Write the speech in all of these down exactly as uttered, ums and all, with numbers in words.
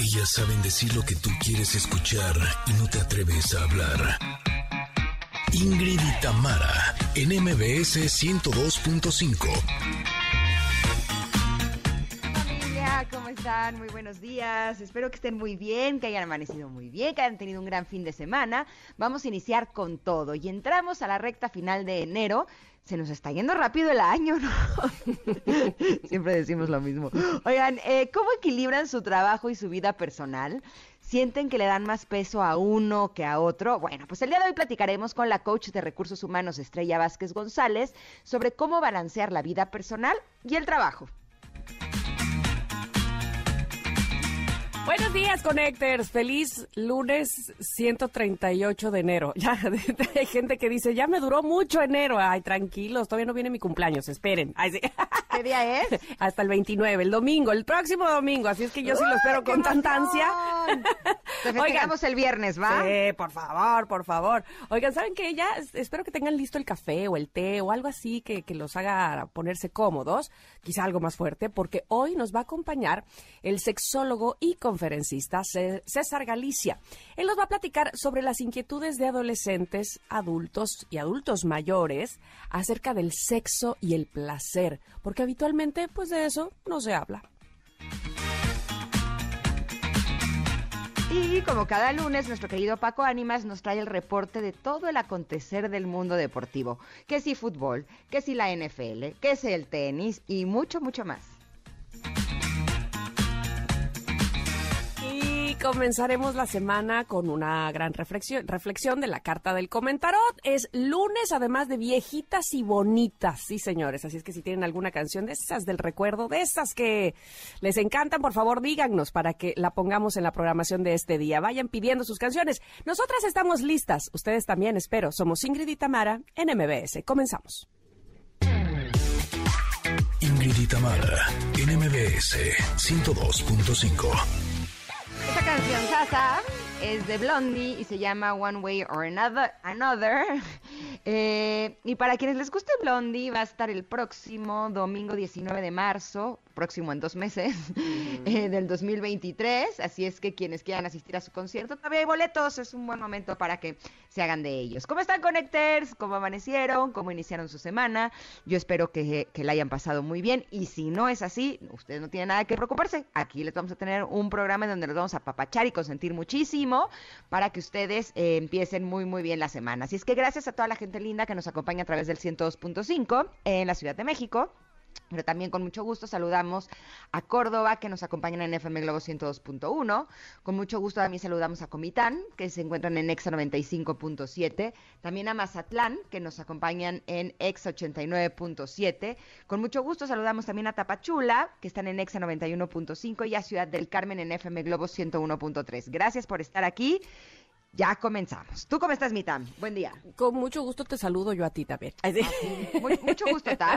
Ellas saben decir lo que tú quieres escuchar y no te atreves a hablar. Ingrid y Tamara, en M B S ciento dos punto cinco. Familia, ¿cómo están? Muy buenos días. Espero que estén muy bien, que hayan amanecido muy bien, que hayan tenido un gran fin de semana. Vamos a iniciar con todo y entramos a la recta final de enero. Se nos está yendo rápido el año, ¿no? Siempre decimos lo mismo. Oigan, eh, ¿cómo equilibran su trabajo y su vida personal? ¿Sienten que le dan más peso a uno que a otro? Bueno, pues el día de hoy platicaremos con la coach de recursos humanos Estrella Vázquez González sobre cómo balancear la vida personal y el trabajo. Buenos días, Connectors. Feliz lunes ciento treinta y ocho de enero. Ya hay gente que dice, ya me duró mucho enero. Ay, tranquilos, todavía no viene mi cumpleaños, esperen. Ay, sí. ¿Qué día es? Hasta el veintinueve, el domingo, el próximo domingo. Así es que yo sí lo espero con tanta ansia. Te festejamos el viernes, ¿va? Sí, por favor, por favor. Oigan, ¿saben qué? Ya espero que tengan listo el café o el té o algo así que, que los haga ponerse cómodos, quizá algo más fuerte, porque hoy nos va a acompañar el sexólogo y conferencista César Galicia. Él nos va a platicar sobre las inquietudes de adolescentes, adultos y adultos mayores acerca del sexo y el placer, porque habitualmente, pues de eso no se habla. Y como cada lunes, nuestro querido Paco Ánimas nos trae el reporte de todo el acontecer del mundo deportivo. Que si fútbol, que si la N F L, que si el tenis y mucho, mucho más. Comenzaremos la semana con una gran reflexión, reflexión de la carta del comentarot. Es lunes, además de viejitas y bonitas, sí señores. Así es que si tienen alguna canción de esas del recuerdo, de esas que les encantan, por favor díganos para que la pongamos en la programación de este día. Vayan pidiendo sus canciones. Nosotras estamos listas, ustedes también, espero. Somos Ingrid y Tamara en M B S. Comenzamos. Ingrid y Tamara en M B S ciento dos punto cinco. Esta canción, Sasa, es de Blondie y se llama One Way or Another. another. Eh, y para quienes les guste Blondie, va a estar el próximo domingo diecinueve de marzo, próximo en dos meses, uh-huh. eh, del dos mil veintitrés. Así es que quienes quieran asistir a su concierto, todavía hay boletos, es un buen momento para que se hagan de ellos. ¿Cómo están, Connectors? ¿Cómo amanecieron? ¿Cómo iniciaron su semana? Yo espero que, que la hayan pasado muy bien. Y si no es así, ustedes no tienen nada que preocuparse. Aquí les vamos a tener un programa en donde los vamos a apapachar y consentir muchísimo para que ustedes eh, empiecen muy, muy bien la semana. Así es que gracias a toda la gente linda que nos acompaña a través del ciento dos punto cinco en la Ciudad de México. Pero también con mucho gusto saludamos a Córdoba, que nos acompañan en F M Globo ciento dos punto uno. Con mucho gusto también saludamos a Comitán, que se encuentran en Exa noventa y cinco punto siete. También a Mazatlán, que nos acompañan en Exa ochenta y nueve punto siete. Con mucho gusto saludamos también a Tapachula, que están en Exa noventa y uno punto cinco. Y a Ciudad del Carmen en F M Globo ciento uno punto tres. Gracias por estar aquí. Ya comenzamos. ¿Tú cómo estás, mi Tam? Buen día. Con mucho gusto te saludo yo a ti también. Ah, sí. Muy, mucho gusto, Tam.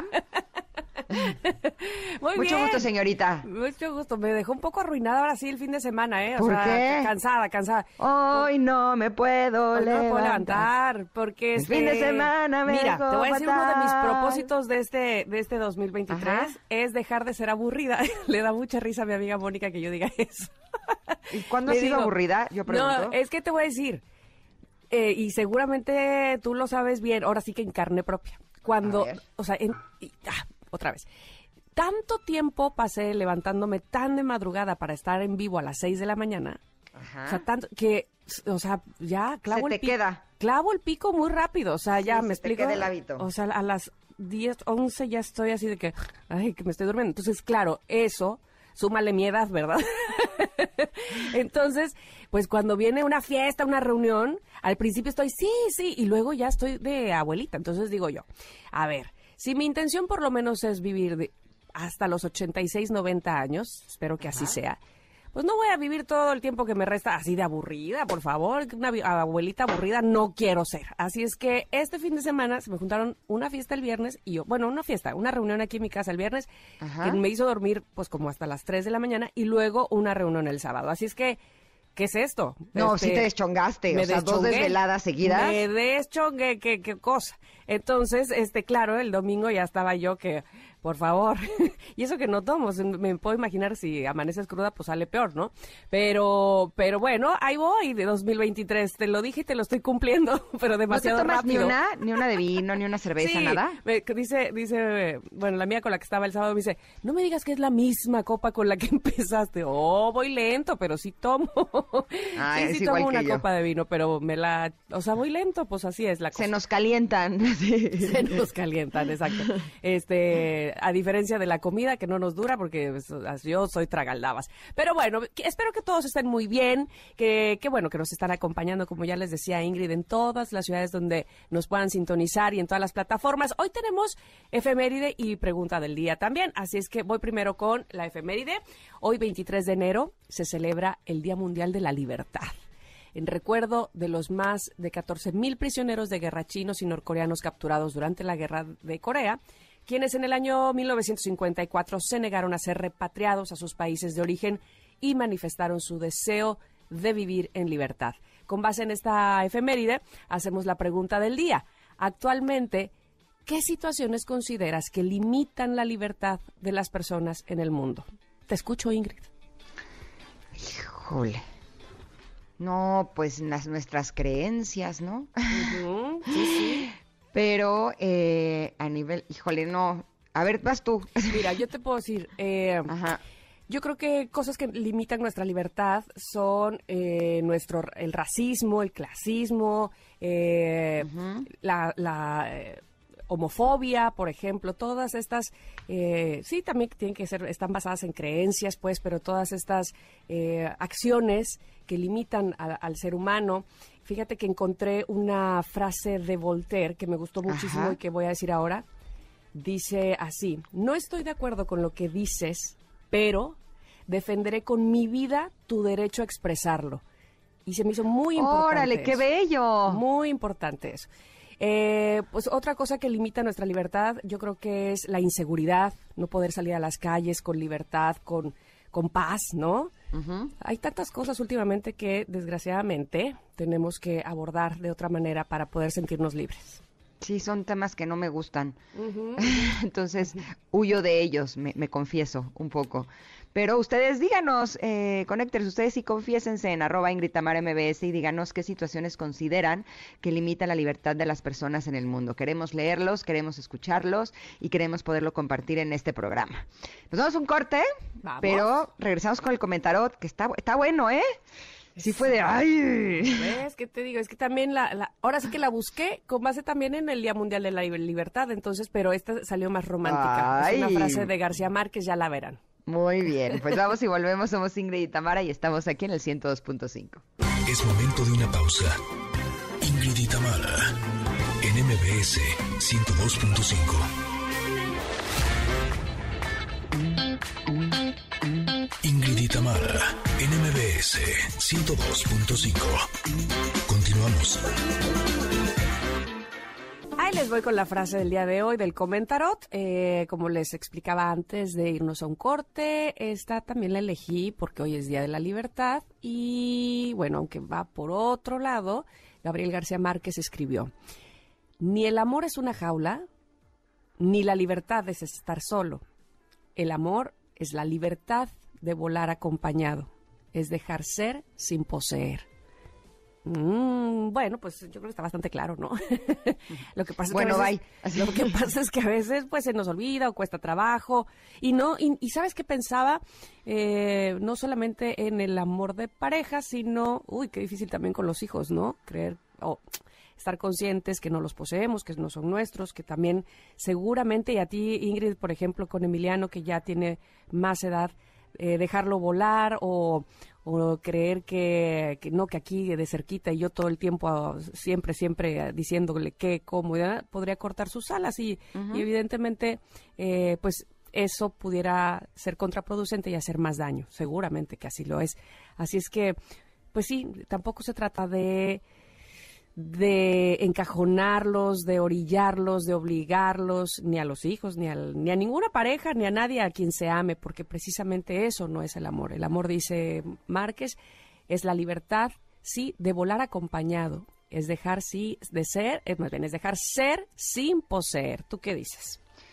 Muy Mucho bien. gusto, señorita. Mucho gusto. Me dejó un poco arruinada ahora sí el fin de semana, ¿eh? O ¿Por sea, qué? Cansada, cansada. Hoy no me puedo Hoy levantar. no me puedo levantar porque el este... fin de semana me Mira, dejó te voy a decir fatal. uno de mis propósitos de este de este dos mil veintitrés. Ajá. Es dejar de ser aburrida. Le da mucha risa a mi amiga Mónica que yo diga eso. ¿Y cuándo has sido digo, aburrida? Yo pregunto. No, es que te voy a decir, eh, y seguramente tú lo sabes bien, ahora sí que en carne propia. Cuando, o sea, en, y, ah, otra vez. Tanto tiempo pasé levantándome tan de madrugada para estar en vivo a las seis de la mañana. Ajá. O sea, tanto que, o sea, ya clavo se el te pico. queda. Clavo el pico muy rápido, o sea, ya sí, me se explico. Te queda el hábito. O sea, a las diez, once ya estoy así de que, ay, que me estoy durmiendo. Entonces, claro, eso, súmale mi edad, ¿verdad? Entonces, pues cuando viene una fiesta, una reunión, al principio estoy, sí, sí, y luego ya estoy de abuelita. Entonces digo yo, a ver, si mi intención por lo menos es vivir de, hasta los ochenta y seis, noventa años, espero que así Ajá. sea, pues no voy a vivir todo el tiempo que me resta así de aburrida, por favor, una abuelita aburrida no quiero ser. Así es que este fin de semana se me juntaron una fiesta el viernes y yo, bueno, una fiesta, una reunión aquí en mi casa el viernes, Ajá. que me hizo dormir pues como hasta las tres de la mañana y luego una reunión el sábado. Así es que, ¿qué es esto? No, este, sí te deschongaste, me o sea, deschongué, dos desveladas seguidas. Me deschongué, qué, qué cosa. Entonces, este, claro, el domingo ya estaba yo que por favor. Y eso que no tomo, me puedo imaginar si amaneces cruda, pues sale peor, ¿no? Pero, pero bueno, ahí voy de dos mil veintitrés, te lo dije y te lo estoy cumpliendo, pero demasiado rápido. ¿No te tomas rápido. ni una, ni una de vino, ni una cerveza, sí, nada? Me, dice, dice, bueno, la mía con la que estaba el sábado me dice, no me digas que es la misma copa con la que empezaste. Oh, voy lento, pero sí tomo. Ay, sí, sí tomo una yo. copa de vino, pero me la, o sea, voy lento, pues así es la cosa. Se nos calientan. Sí. Se nos calientan, exacto. Este, a diferencia de la comida que no nos dura, porque pues, yo soy tragaldabas. Pero bueno, que, espero que todos estén muy bien, que, que bueno, que nos están acompañando, como ya les decía Ingrid, en todas las ciudades donde nos puedan sintonizar y en todas las plataformas. Hoy tenemos efeméride y pregunta del día también, así es que voy primero con la efeméride. Hoy, veintitrés de enero, se celebra el Día Mundial de la Libertad, en recuerdo de los más de catorce mil prisioneros de guerra chinos y norcoreanos capturados durante la Guerra de Corea, quienes en el año mil novecientos cincuenta y cuatro se negaron a ser repatriados a sus países de origen y manifestaron su deseo de vivir en libertad. Con base en esta efeméride, hacemos la pregunta del día. Actualmente, ¿qué situaciones consideras que limitan la libertad de las personas en el mundo? Te escucho, Ingrid. Híjole. No, pues las, nuestras creencias, ¿no? Uh-huh. Sí, sí. Pero eh, a nivel, híjole, no. A ver, vas tú. Mira, yo te puedo decir, eh, Ajá. Yo creo que cosas que limitan nuestra libertad son eh, nuestro el racismo, el clasismo, eh, uh-huh. la, la eh, homofobia, por ejemplo, todas estas, eh, sí, también tienen que ser, están basadas en creencias, pues, pero todas estas eh, acciones que limitan a, al ser humano. Fíjate que encontré una frase de Voltaire que me gustó muchísimo. Ajá. Y que voy a decir ahora. Dice así: no estoy de acuerdo con lo que dices, pero defenderé con mi vida tu derecho a expresarlo. Y se me hizo muy importante. ¡Órale, qué bello! Muy importante eso. Eh, pues otra cosa que limita nuestra libertad, yo creo que es la inseguridad, no poder salir a las calles con libertad, con, con paz, ¿no? Uh-huh. Hay tantas cosas últimamente que, desgraciadamente, tenemos que abordar de otra manera para poder sentirnos libres. Sí, son temas que no me gustan. Uh-huh. Entonces, huyo de ellos, me, me confieso un poco. Pero ustedes díganos, eh, Connectors, ustedes sí confiésense en arroba Ingrid Tamara M B S y díganos qué situaciones consideran que limitan la libertad de las personas en el mundo. Queremos leerlos, queremos escucharlos y queremos poderlo compartir en este programa. Nos damos un corte, ¿Vamos? Pero regresamos con el comentarot, que está, está bueno, ¿eh? Sí fue de ¡ay! ¿Ves? ¿Qué te digo? Es que también la, la... Ahora sí que la busqué con base también en el Día Mundial de la Libertad, entonces, pero esta salió más romántica. Ay. Es una frase de García Márquez, ya la verán. Muy bien, pues vamos y volvemos. Somos Ingrid y Tamara y estamos aquí en el ciento dos punto cinco. Es momento de una pausa. Ingrid y Tamara, en M B S ciento dos punto cinco. Ingrid y Tamara, en M B S ciento dos punto cinco. Continuamos. Ahí les voy con la frase del día de hoy del comentarot. Eh, como les explicaba antes de irnos a un corte, esta también la elegí porque hoy es Día de la Libertad. Y bueno, aunque va por otro lado, Gabriel García Márquez escribió: ni el amor es una jaula, ni la libertad es estar solo. El amor es la libertad de volar acompañado, es dejar ser sin poseer. Mm, bueno, pues yo creo que está bastante claro, ¿no? Lo que pasa es bueno, que a veces, bye. Lo que pasa es que a veces pues se nos olvida o cuesta trabajo y no y, y sabes qué pensaba, eh, no solamente en el amor de pareja, sino, uy, qué difícil también con los hijos, ¿no? Creer o oh, estar conscientes que no los poseemos, que no son nuestros, que también seguramente, y a ti, Ingrid, por ejemplo, con Emiliano, que ya tiene más edad, eh, dejarlo volar o, o creer que, que no, que aquí de cerquita y yo todo el tiempo siempre, siempre diciéndole qué, cómo, ¿ya? Podría cortar sus alas y, uh-huh. y evidentemente, eh, pues eso pudiera ser contraproducente y hacer más daño, seguramente que así lo es. Así es que, pues sí, tampoco se trata de... de encajonarlos, de orillarlos, de obligarlos, ni a los hijos, ni, al, ni a ninguna pareja, ni a nadie a quien se ame, porque precisamente eso no es el amor. El amor, dice Márquez, es la libertad, sí, de volar acompañado, es dejar, sí, de ser, es más bien, es dejar ser sin poseer. ¿Tú qué dices?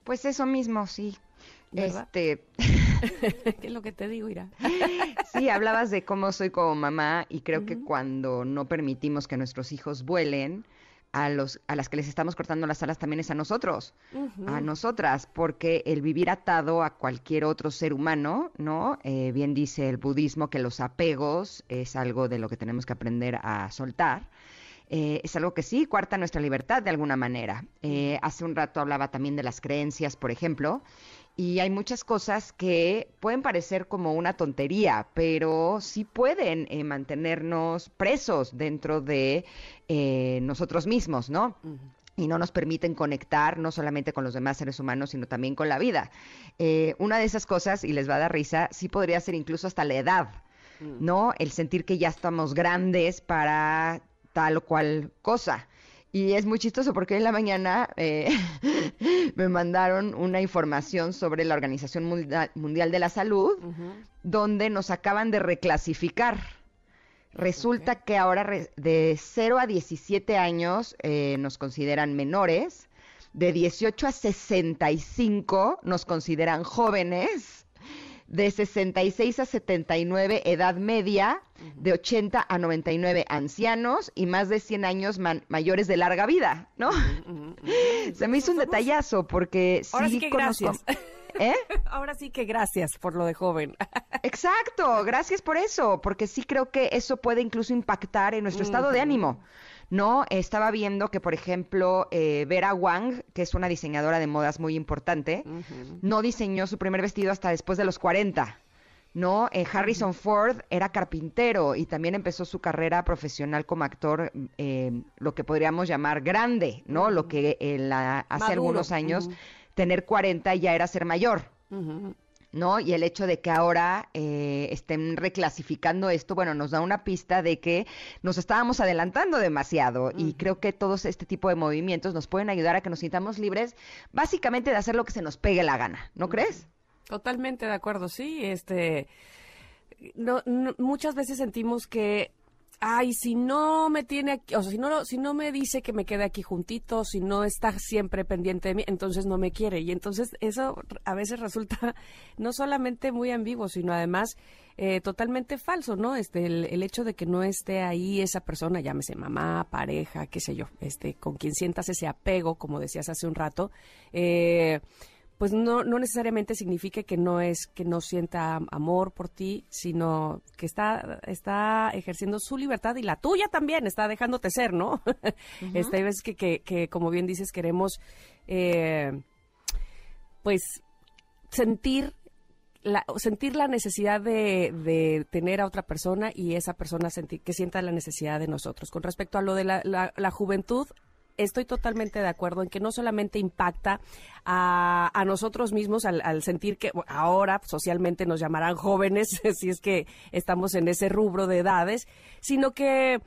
Pues eso mismo, sí. ¿Verdad? Este, ¿Qué es lo que te digo, Ira? sí, hablabas de cómo soy como mamá y creo que Ujú. cuando no permitimos que nuestros hijos vuelen, a los a las que les estamos cortando las alas también es a nosotros, Ujú. a nosotras, porque el vivir atado a cualquier otro ser humano, ¿no? Eh, bien dice el budismo que los apegos es algo de lo que tenemos que aprender a soltar. Eh, es algo que sí cuarta nuestra libertad de alguna manera. Eh, hace un rato hablaba también de las creencias, por ejemplo, y hay muchas cosas que pueden parecer como una tontería, pero sí pueden eh, mantenernos presos dentro de eh, nosotros mismos, ¿no? Ujú. Y no nos permiten conectar no solamente con los demás seres humanos, sino también con la vida. Eh, una de esas cosas, y les va a dar risa, sí podría ser incluso hasta la edad, Mm. ¿no? El sentir que ya estamos grandes para tal o cual cosa. Y es muy chistoso porque hoy en la mañana eh, me mandaron una información sobre la Organización Mundial, Mundial de la Salud, Ujú. donde nos acaban de reclasificar. Resulta Ok. que ahora re- de cero a diecisiete años eh, nos consideran menores, de dieciocho a sesenta y cinco nos consideran jóvenes, de sesenta y seis a setenta y nueve edad media, de ochenta a noventa y nueve ancianos y más de cien años man- mayores de larga vida, ¿no? Ujú, ujú, ujú. Se me hizo un Somos- detallazo porque sí, Ahora sí que conozco... gracias. ¿Eh? Ahora sí que gracias por lo de joven. Exacto, gracias por eso, porque sí creo que eso puede incluso impactar en nuestro estado de Ujú. ánimo. No, estaba viendo que, por ejemplo, eh, Vera Wang, que es una diseñadora de modas muy importante, Ujú. no diseñó su primer vestido hasta después de los cuarenta. ¿No? Eh, Harrison Ford era carpintero y también empezó su carrera profesional como actor, eh, lo que podríamos llamar grande, ¿no? Lo que eh, la- hace Maduro. algunos años, Ujú. tener cuarenta ya era ser mayor. Ujú. ¿No? Y el hecho de que ahora eh, estén reclasificando esto, bueno, nos da una pista de que nos estábamos adelantando demasiado y creo que todos este tipo de movimientos nos pueden ayudar a que nos sintamos libres básicamente de hacer lo que se nos pegue la gana, ¿no crees? Totalmente de acuerdo, sí, este, no, no- muchas veces sentimos que, ay, si no me tiene aquí, o sea, si no, si no me dice que me quede aquí juntito, si no está siempre pendiente de mí, entonces no me quiere. Y entonces eso a veces resulta no solamente muy ambiguo, sino además eh, totalmente falso, ¿no? Este, el, el hecho de que no esté ahí esa persona, llámese mamá, pareja, qué sé yo, este, con quien sientas ese apego, como decías hace un rato, eh, pues no, no necesariamente significa que no es que no sienta amor por ti, sino que está, está ejerciendo su libertad y la tuya también, está dejándote ser, ¿no? Este, hay veces que, que, que, como bien dices, queremos, eh, pues, sentir la, sentir la necesidad de, de tener a otra persona y esa persona sentir, que sienta la necesidad de nosotros. Con respecto a lo de la, la, la juventud, estoy totalmente de acuerdo en que no solamente impacta a, a nosotros mismos al, al sentir que bueno, ahora socialmente nos llamarán jóvenes, si es que estamos en ese rubro de edades, sino que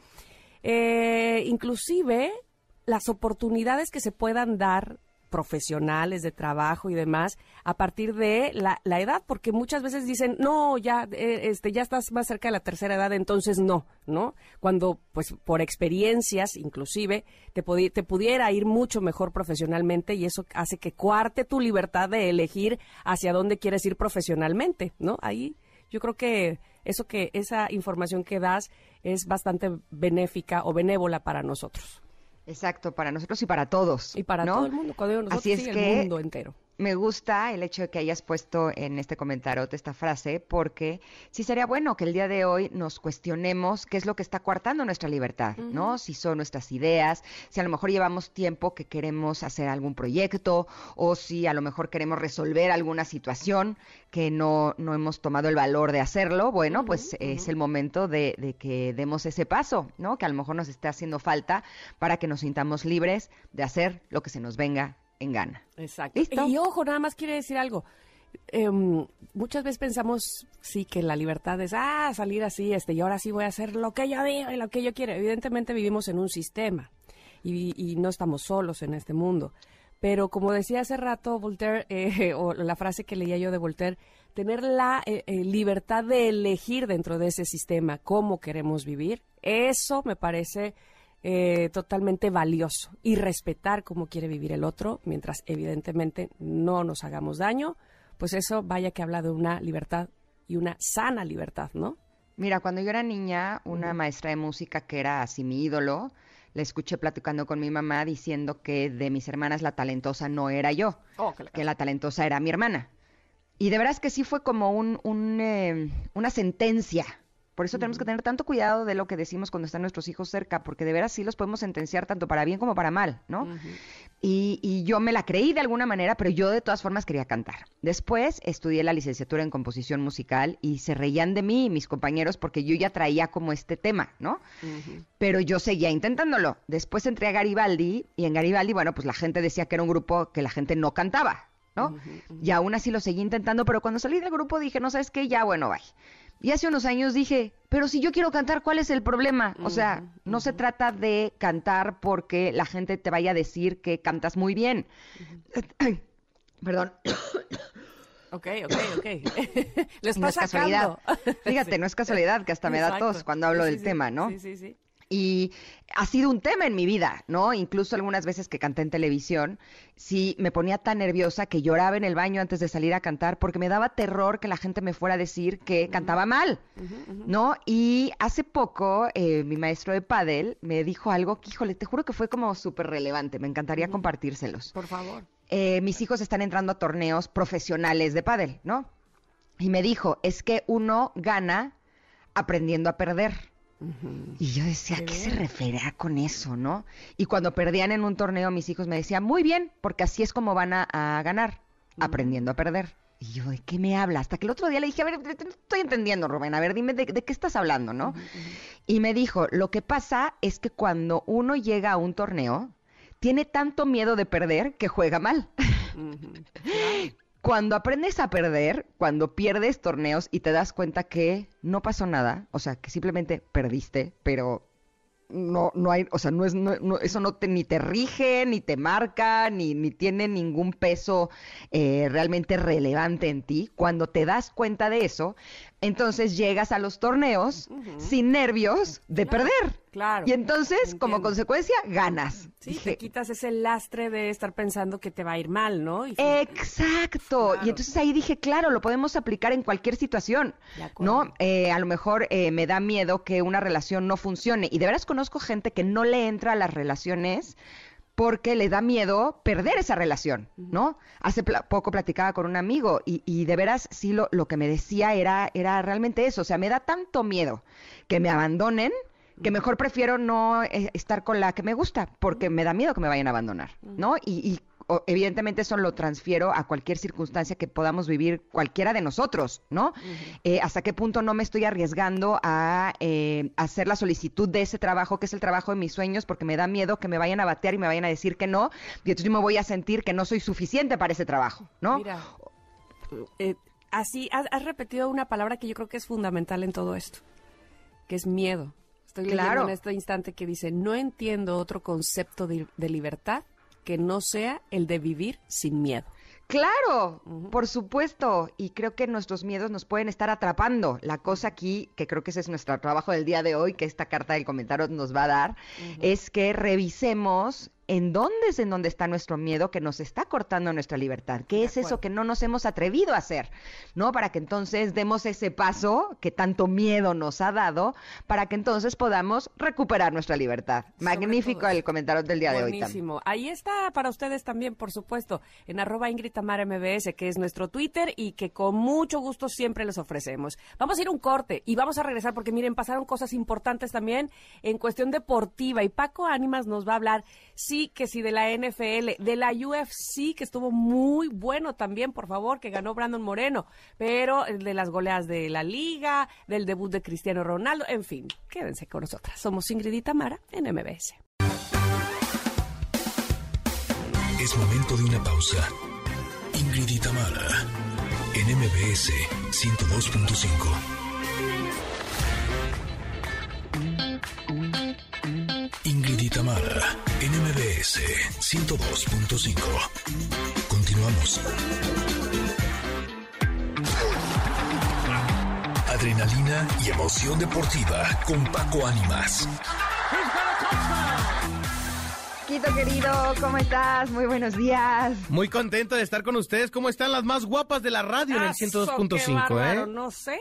eh, inclusive las oportunidades que se puedan dar profesionales de trabajo y demás a partir de la, la edad, porque muchas veces dicen, no, ya eh, este ya estás más cerca de la tercera edad, entonces no, ¿no? Cuando, pues, por experiencias, inclusive, te, pudi- te pudiera ir mucho mejor profesionalmente y eso hace que coarte tu libertad de elegir hacia dónde quieres ir profesionalmente, ¿no? Ahí yo creo que eso que, esa información que das es bastante benéfica o benévola para nosotros. Exacto, para nosotros y para todos. Y para ¿no? todo el mundo, cuando digo nosotros, Así es sí, que el mundo entero. me gusta el hecho de que hayas puesto en este comentario esta frase, porque sí sería bueno que el día de hoy nos cuestionemos qué es lo que está coartando nuestra libertad, Ujú. ¿no? Si son nuestras ideas, si a lo mejor llevamos tiempo que queremos hacer algún proyecto, o si a lo mejor queremos resolver alguna situación que no, no hemos tomado el valor de hacerlo, bueno, Ujú, pues ujú. es el momento de, de que demos ese paso, ¿no? Que a lo mejor nos esté haciendo falta para que nos sintamos libres de hacer lo que se nos venga en gana. Exacto. ¿Listo? Y ojo, nada más quiere decir algo. Em, muchas veces pensamos, sí, que la libertad es, ah, salir así, este, y ahora sí voy a hacer lo que yo digo y lo que yo quiero. Evidentemente vivimos en un sistema y, y no estamos solos en este mundo. Pero como decía hace rato Voltaire, eh, o la frase que leía yo de Voltaire, tener la eh, eh, libertad de elegir dentro de ese sistema cómo queremos vivir, eso me parece eh, totalmente valioso y respetar cómo quiere vivir el otro, mientras evidentemente no nos hagamos daño, pues eso vaya que habla de una libertad y una sana libertad, ¿no? Mira, cuando yo era niña, una uh-huh. maestra de música que era así mi ídolo, la escuché platicando con mi mamá diciendo que de mis hermanas la talentosa no era yo, oh, que, que la talentosa era mi hermana. Y de veras que sí fue como un, un, eh, una sentencia. Por eso uh-huh. tenemos que tener tanto cuidado de lo que decimos cuando están nuestros hijos cerca, porque de veras sí los podemos sentenciar tanto para bien como para mal, ¿no? Uh-huh. Y, y yo me la creí de alguna manera, pero yo de todas formas quería cantar. Después estudié la licenciatura en composición musical y se reían de mí y mis compañeros porque yo ya traía como este tema, ¿no? Uh-huh. Pero yo seguía intentándolo. Después entré a Garibaldi y en Garibaldi, bueno, pues la gente decía que era un grupo que la gente no cantaba, ¿no? Uh-huh, uh-huh. Y aún así lo seguí intentando, pero cuando salí del grupo dije, no, ¿sabes qué? Ya, bueno, bye. Y hace unos años dije, pero si yo quiero cantar, ¿cuál es el problema? O sea, uh-huh, no uh-huh. se trata de cantar porque la gente te vaya a decir que cantas muy bien. Uh-huh. Ay, perdón. Ok, ok, ok. Lo estás no es casualidad. Fíjate, sí. no es casualidad que hasta me Exacto. da tos cuando hablo sí, del sí, tema, ¿no? Sí, sí, sí. Y ha sido un tema en mi vida, ¿no? Incluso algunas veces que canté en televisión, sí me ponía tan nerviosa que lloraba en el baño antes de salir a cantar porque me daba terror que la gente me fuera a decir que uh-huh. cantaba mal, uh-huh, uh-huh. ¿no? Y hace poco eh, mi maestro de pádel me dijo algo que, híjole, te juro que fue como súper relevante. Me encantaría uh-huh. compartírselos. Por favor. Eh, mis hijos están entrando a torneos profesionales de pádel, ¿no? Y me dijo, es que uno gana aprendiendo a perder. Uh-huh. Y yo decía, ¿a qué se referirá con eso, no? Y cuando perdían en un torneo, mis hijos me decían, muy bien, porque así es como van a, a ganar, uh-huh. aprendiendo a perder. Y yo, ¿de qué me habla? Hasta que el otro día le dije, a ver, no estoy entendiendo, Rubén, a ver, dime de, de qué estás hablando, ¿no? Uh-huh. Y me dijo, lo que pasa es que cuando uno llega a un torneo, tiene tanto miedo de perder que juega mal. Uh-huh. Cuando aprendes a perder, cuando pierdes torneos y te das cuenta que no pasó nada, o sea, que simplemente perdiste, pero no no hay, o sea, no es no, no, eso no te ni te rige, ni te marca, ni ni tiene ningún peso eh, realmente relevante en ti. Cuando te das cuenta de eso, entonces llegas a los torneos uh-huh. sin nervios de claro, perder. Claro. Y entonces, Entiendo. como consecuencia, ganas. Sí, Dije, te quitas ese lastre de estar pensando que te va a ir mal, ¿no? Y Exacto. Claro. Y entonces ahí dije, claro, lo podemos aplicar en cualquier situación, ¿no? Eh, a lo mejor eh, me da miedo que una relación no funcione. Y de veras conozco gente que no le entra a las relaciones porque le da miedo perder esa relación, ¿no? Hace pl- poco platicaba con un amigo y, y de veras sí lo, lo que me decía era, era realmente eso. O sea, me da tanto miedo que me abandonen que mejor prefiero no eh, estar con la que me gusta porque me da miedo que me vayan a abandonar, ¿no? Y, y o, evidentemente eso lo transfiero a cualquier circunstancia que podamos vivir cualquiera de nosotros, ¿no? Uh-huh. Eh, hasta qué punto no me estoy arriesgando a eh, hacer la solicitud de ese trabajo que es el trabajo de mis sueños porque me da miedo que me vayan a batear y me vayan a decir que no y entonces yo me voy a sentir que no soy suficiente para ese trabajo, ¿no? Mira, eh, así has, has repetido una palabra que yo creo que es fundamental en todo esto, que es miedo. Estoy leyendo claro. en este instante que dice, no entiendo otro concepto de, de libertad que no sea el de vivir sin miedo. Claro, uh-huh. por supuesto, y creo que nuestros miedos nos pueden estar atrapando. La cosa aquí, que creo que ese es nuestro trabajo del día de hoy, que esta carta del comentario nos va a dar, uh-huh. es que revisemos en dónde es en donde está nuestro miedo que nos está cortando nuestra libertad. ¿Qué es eso que no nos hemos atrevido a hacer? ¿No? Para que entonces demos ese paso que tanto miedo nos ha dado, para que entonces podamos recuperar nuestra libertad. Magnífico el comentario del día Buenísimo. de hoy también. Buenísimo. Ahí está para ustedes también, por supuesto, en arroba Ingrid Tamara M B S, que es nuestro Twitter y que con mucho gusto siempre les ofrecemos. Vamos a ir a un corte y vamos a regresar porque miren, pasaron cosas importantes también en cuestión deportiva y Paco Ánimas nos va a hablar, sí, que sí de la N F L, de la U F C, que estuvo muy bueno también, por favor, que ganó Brandon Moreno, pero de las goleadas de la Liga, del debut de Cristiano Ronaldo, en fin, quédense con nosotras. Somos Ingrid y Tamara en M B S. Es momento de una pausa. Ingrid y Tamara en M B S ciento dos punto cinco. Ingrid y Tamara en M B S ciento dos punto cinco. Continuamos. Adrenalina y emoción deportiva con Paco Ánimas. Quito querido, ¿cómo estás? Muy buenos días. Muy contento de estar con ustedes. ¿Cómo están las más guapas de la radio en el ciento dos punto cinco, eh? No sé.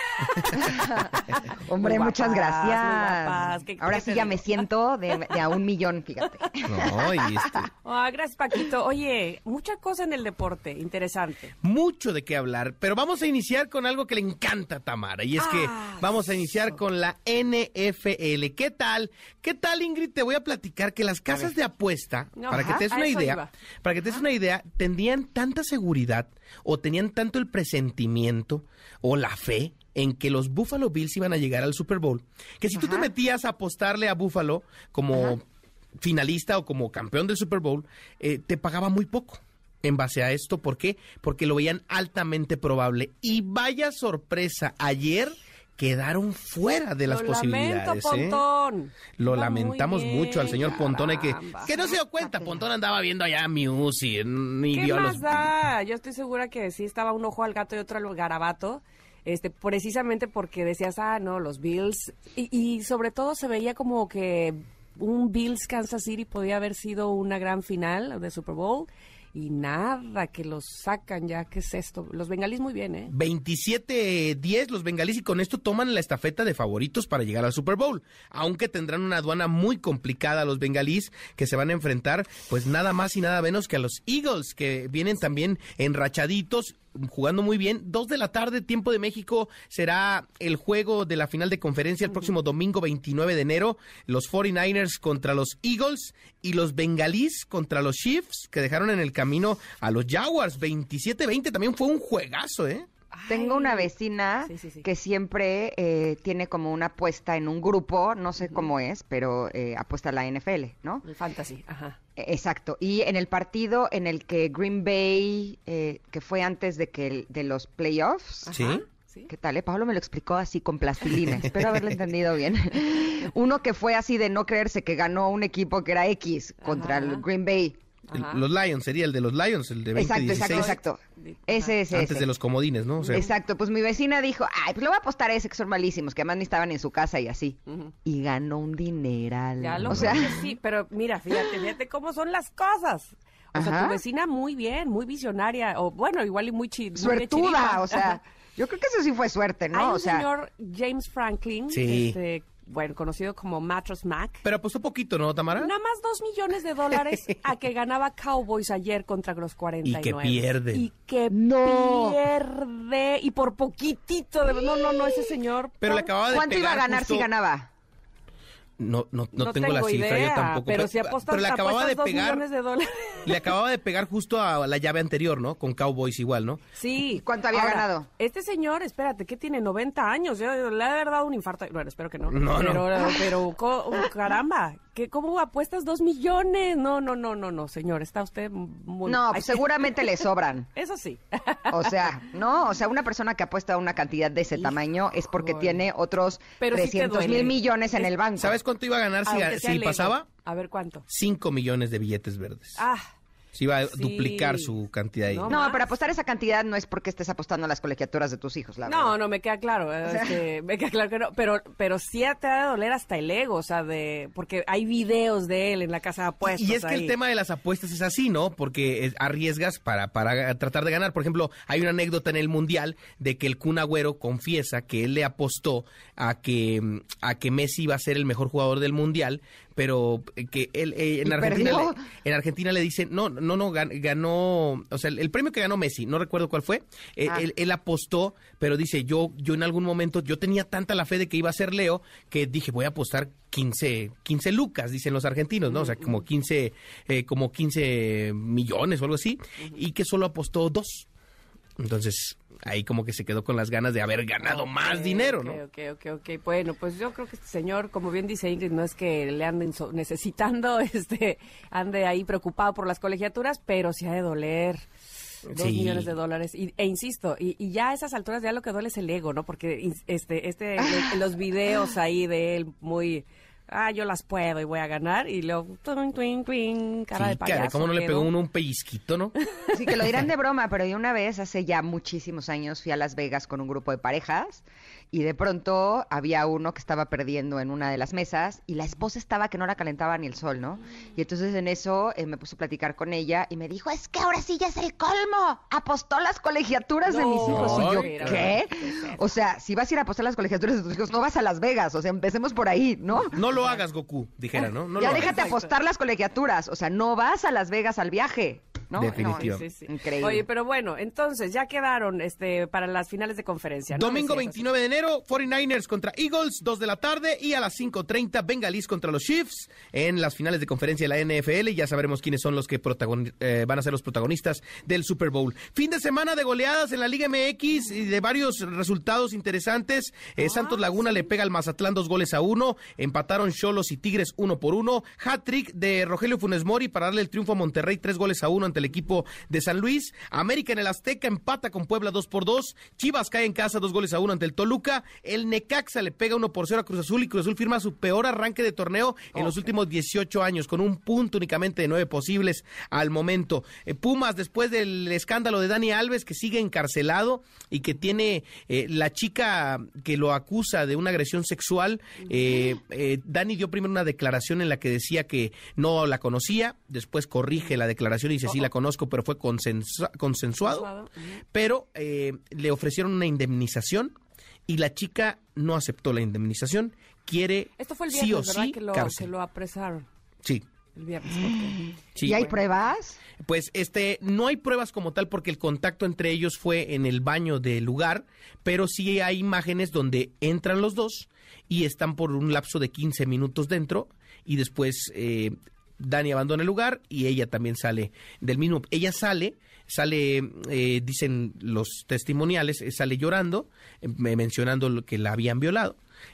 Hombre, Muy muchas guapas, gracias. muy guapas. ¿Qué- Ahora qué sí te ya digo? me siento de, de a un millón, fíjate. No, y este, Ah, gracias, Paquito. Oye, mucha cosa en el deporte, interesante. mucho de qué hablar, pero vamos a iniciar con algo que le encanta a Tamara, y es que Ah, vamos a iniciar con la N F L. ¿Qué tal? ¿Qué tal, Ingrid? Te voy a platicar que las casas de apuesta, No, para que ajá, te des a una eso idea, iba. para que te des una idea, tendrían tanta seguridad o tenían tanto el presentimiento o la fe en que los Buffalo Bills iban a llegar al Super Bowl, que si tú te Ajá. metías a apostarle a Buffalo como Ajá. finalista o como campeón del Super Bowl, eh, te pagaba muy poco. En base a esto, ¿por qué? Porque lo veían altamente probable. Y vaya sorpresa, ayer quedaron fuera de las Lo posibilidades. lamento, ¿eh? Pontón. Lo Iba muy lamentamos bien, mucho al señor Pontón. Hay que, caramba. que no se dio cuenta, Pontón andaba viendo allá a Muse y ni ¿Qué vio a más los... da? Yo estoy segura que sí estaba un ojo al gato y otro al garabato. Este, precisamente porque decías, ah, no, los Bills. Y, y sobre todo se veía como que un Bills Kansas City podía haber sido una gran final de Super Bowl. Y nada, que los sacan ya, ¿qué es esto? Los bengalíes muy bien, ¿eh? veintisiete diez los bengalíes y con esto toman la estafeta de favoritos para llegar al Super Bowl, aunque tendrán una aduana muy complicada los bengalíes que se van a enfrentar pues nada más y nada menos que a los Eagles, que vienen también enrachaditos, jugando muy bien. Dos de la tarde, tiempo de México, será el juego de la final de conferencia el próximo domingo veintinueve de enero. Los cuarenta y nueve ers contra los Eagles y los bengalíes contra los Chiefs, que dejaron en el camino a los Jaguars. veintisiete veinte también fue un juegazo, ¿eh? Tengo Ay. una vecina Sí, sí, sí. que siempre eh, tiene como una apuesta en un grupo, no sé cómo es, pero eh, apuesta a la N F L, ¿no? El fantasy, ajá. Eh, Exacto. Y en el partido en el que Green Bay, eh, que fue antes de que el- de los playoffs, Sí. Ajá, ¿sí? ¿qué tal? Eh? Pablo me lo explicó así con plastilina. Espero haberlo entendido bien. Uno que fue así de no creerse que ganó un equipo que era X contra Ajá. el Green Bay. El- Ajá. los Lions, sería el de los Lions, el de veinte Exacto, exacto, dieciséis. exacto. Ese, ese, Antes ese. de los comodines, ¿no? O sea, Exacto, pues mi vecina dijo, ay, pues le voy a apostar a ese que son malísimos, que además ni estaban en su casa y así. Ujú. Y ganó un dineral. Ya lo o sea, creo que sí, pero mira, fíjate, fíjate cómo son las cosas. O sea, Ajá. tu vecina muy bien, muy visionaria, o bueno, igual y muy chi- muy de suertuda, chiripa. o sea, yo creo que eso sí fue suerte, ¿no? Hay un o sea, señor James Franklin, Sí. este, bueno, conocido como Mattress Mac. pero apostó poquito, ¿no, Tamara? Nada más dos millones de dólares a que ganaba Cowboys ayer contra los cuarenta y nueve. Y que pierde. Y que No. pierde. Y por poquitito. De... No, no, no, ese señor. Pero le acababa de ¿cuánto iba a pegar ganar justo- si ganaba? No, no, no, No tengo, la tengo cifra, idea, yo tampoco. pero si apostas, pero le acababa apuestas de dos pegar, millones de dólares. le acababa de pegar justo a la llave anterior, ¿no? Con Cowboys igual, ¿no? Sí. ¿Cuánto había Ahora, ganado? Este señor, espérate, que tiene noventa años, ya le ha de haber dado un infarto. Bueno, espero que no. No, no. pero, pero, co- caramba, ¿qué, ¿cómo apuestas dos millones? No, no, no, no, no, señor, está usted muy... No, Ay, pues seguramente le sobran. Eso sí. O sea, no, o sea, una persona que apuesta una cantidad de ese tamaño es porque Híjole. tiene otros Pero sí te trescientos duele. mil millones en el banco. ¿Sabes cuánto iba a ganar si, Aunque sea si lejos. pasaba? A ver cuánto. Cinco millones de billetes verdes. Ah, Se iba a sí. duplicar su cantidad ahí. No, No, más. pero apostar esa cantidad no es porque estés apostando a las colegiaturas de tus hijos, la no, verdad. no, me queda claro. eh, sea- este, me queda claro que no. Pero, pero sí te ha de doler hasta el ego, o sea, de porque hay videos de él en la casa de apuestas. Y es que ahí. el tema de las apuestas es así, ¿no? Porque eh, arriesgas para, para tratar de ganar. Por ejemplo, hay una anécdota en el Mundial de que el Kun Agüero confiesa que él le apostó a que, mm, a que Messi iba a ser el mejor jugador del Mundial, pero eh, que él eh, en ¿Y Argentina perdió? le, en Argentina le dicen, no, no, no, gan- ganó, o sea, el, el premio que ganó Messi, no recuerdo cuál fue, eh, Ah. él, él apostó, pero dice, yo, yo en algún momento, yo tenía tanta la fe de que iba a ser Leo, que dije, voy a apostar quince, quince lucas, dicen los argentinos, ¿no? O sea, como quince, eh, como quince millones o algo así, y que solo apostó dos. Entonces, ahí como que se quedó con las ganas de haber ganado más Ok, dinero, ok, ¿no? Ok, ok, ok. Bueno, pues yo creo que este señor, como bien dice Ingrid, no es que le anden so- necesitando, este, ande ahí preocupado por las colegiaturas, pero sí ha de doler. Dos Sí. millones de dólares. Y, e insisto, y, y ya a esas alturas ya lo que duele es el ego, ¿no? Porque ins- este, este, le- los videos ahí de él muy, ah, yo las puedo y voy a ganar, y luego, twin, twin, twin, cara sí, de payaso. Cara, ¿cómo no le pegó uno un pellizquito, no? Sí, que lo dirán de broma, pero yo una vez, hace ya muchísimos años, fui a Las Vegas con un grupo de parejas y de pronto había uno que estaba perdiendo en una de las mesas y la esposa estaba que no la calentaba ni el sol, ¿no? Y entonces en eso eh, me puse a platicar con ella y me dijo, es que ahora sí ya es el colmo, apostó las colegiaturas no, de mis hijos. Y yo, ¿qué? O sea, si vas a ir a apostar las colegiaturas de tus hijos, no vas a Las Vegas, o sea, empecemos por ahí, ¿no? No lo hagas, Goku, dijera, ¿no? no ya lo déjate hagas. apostar las colegiaturas, o sea, no vas a Las Vegas al viaje. ¿No? Definitivo. No, sí, sí. Increíble. Oye, pero bueno, entonces ya quedaron este para las finales de conferencia, ¿no? Domingo Decías, veintinueve de enero, cuarenta y nueve ers contra Eagles, dos de la tarde, y a las cinco treinta, Bengalís contra los Chiefs en las finales de conferencia de la N F L. Ya sabremos quiénes son los que protagon- eh, van a ser los protagonistas del Super Bowl. Fin de semana de goleadas en la Liga M X y de varios resultados interesantes. Eh, ah, Santos Laguna sí. le pega al Mazatlán dos goles a uno. Empataron Xolos y Tigres uno por uno. Hat-trick de Rogelio Funes Mori para darle el triunfo a Monterrey, tres goles a uno ante el equipo de San Luis. América en el Azteca empata con Puebla dos por dos. Chivas cae en casa dos goles a uno ante el Toluca. El Necaxa le pega uno por cero a Cruz Azul y Cruz Azul firma su peor arranque de torneo en okay. los últimos dieciocho años, con un punto únicamente de nueve posibles al momento. Eh, Pumas, después del escándalo de Dani Alves, que sigue encarcelado y que tiene eh, la chica que lo acusa de una agresión sexual, eh, eh, Dani dio primero una declaración en la que decía que no la conocía, después corrige la declaración y dice sí la conozco, pero fue consensu- consensuado, pero eh, le ofrecieron una indemnización y la chica no aceptó la indemnización, quiere Esto fue el viernes, sí o ¿verdad? sí Que lo, cárcel. que lo apresaron. Sí. El viernes. Okay. Sí. ¿Y hay pruebas? Pues este, no hay pruebas como tal porque el contacto entre ellos fue en el baño del lugar, pero sí hay imágenes donde entran los dos y están por un lapso de quince minutos dentro y después eh, Dani abandona el lugar y ella también sale del mismo. Ella sale, sale, eh, dicen los testimoniales, eh, sale llorando, eh, mencionando lo que la habían violado.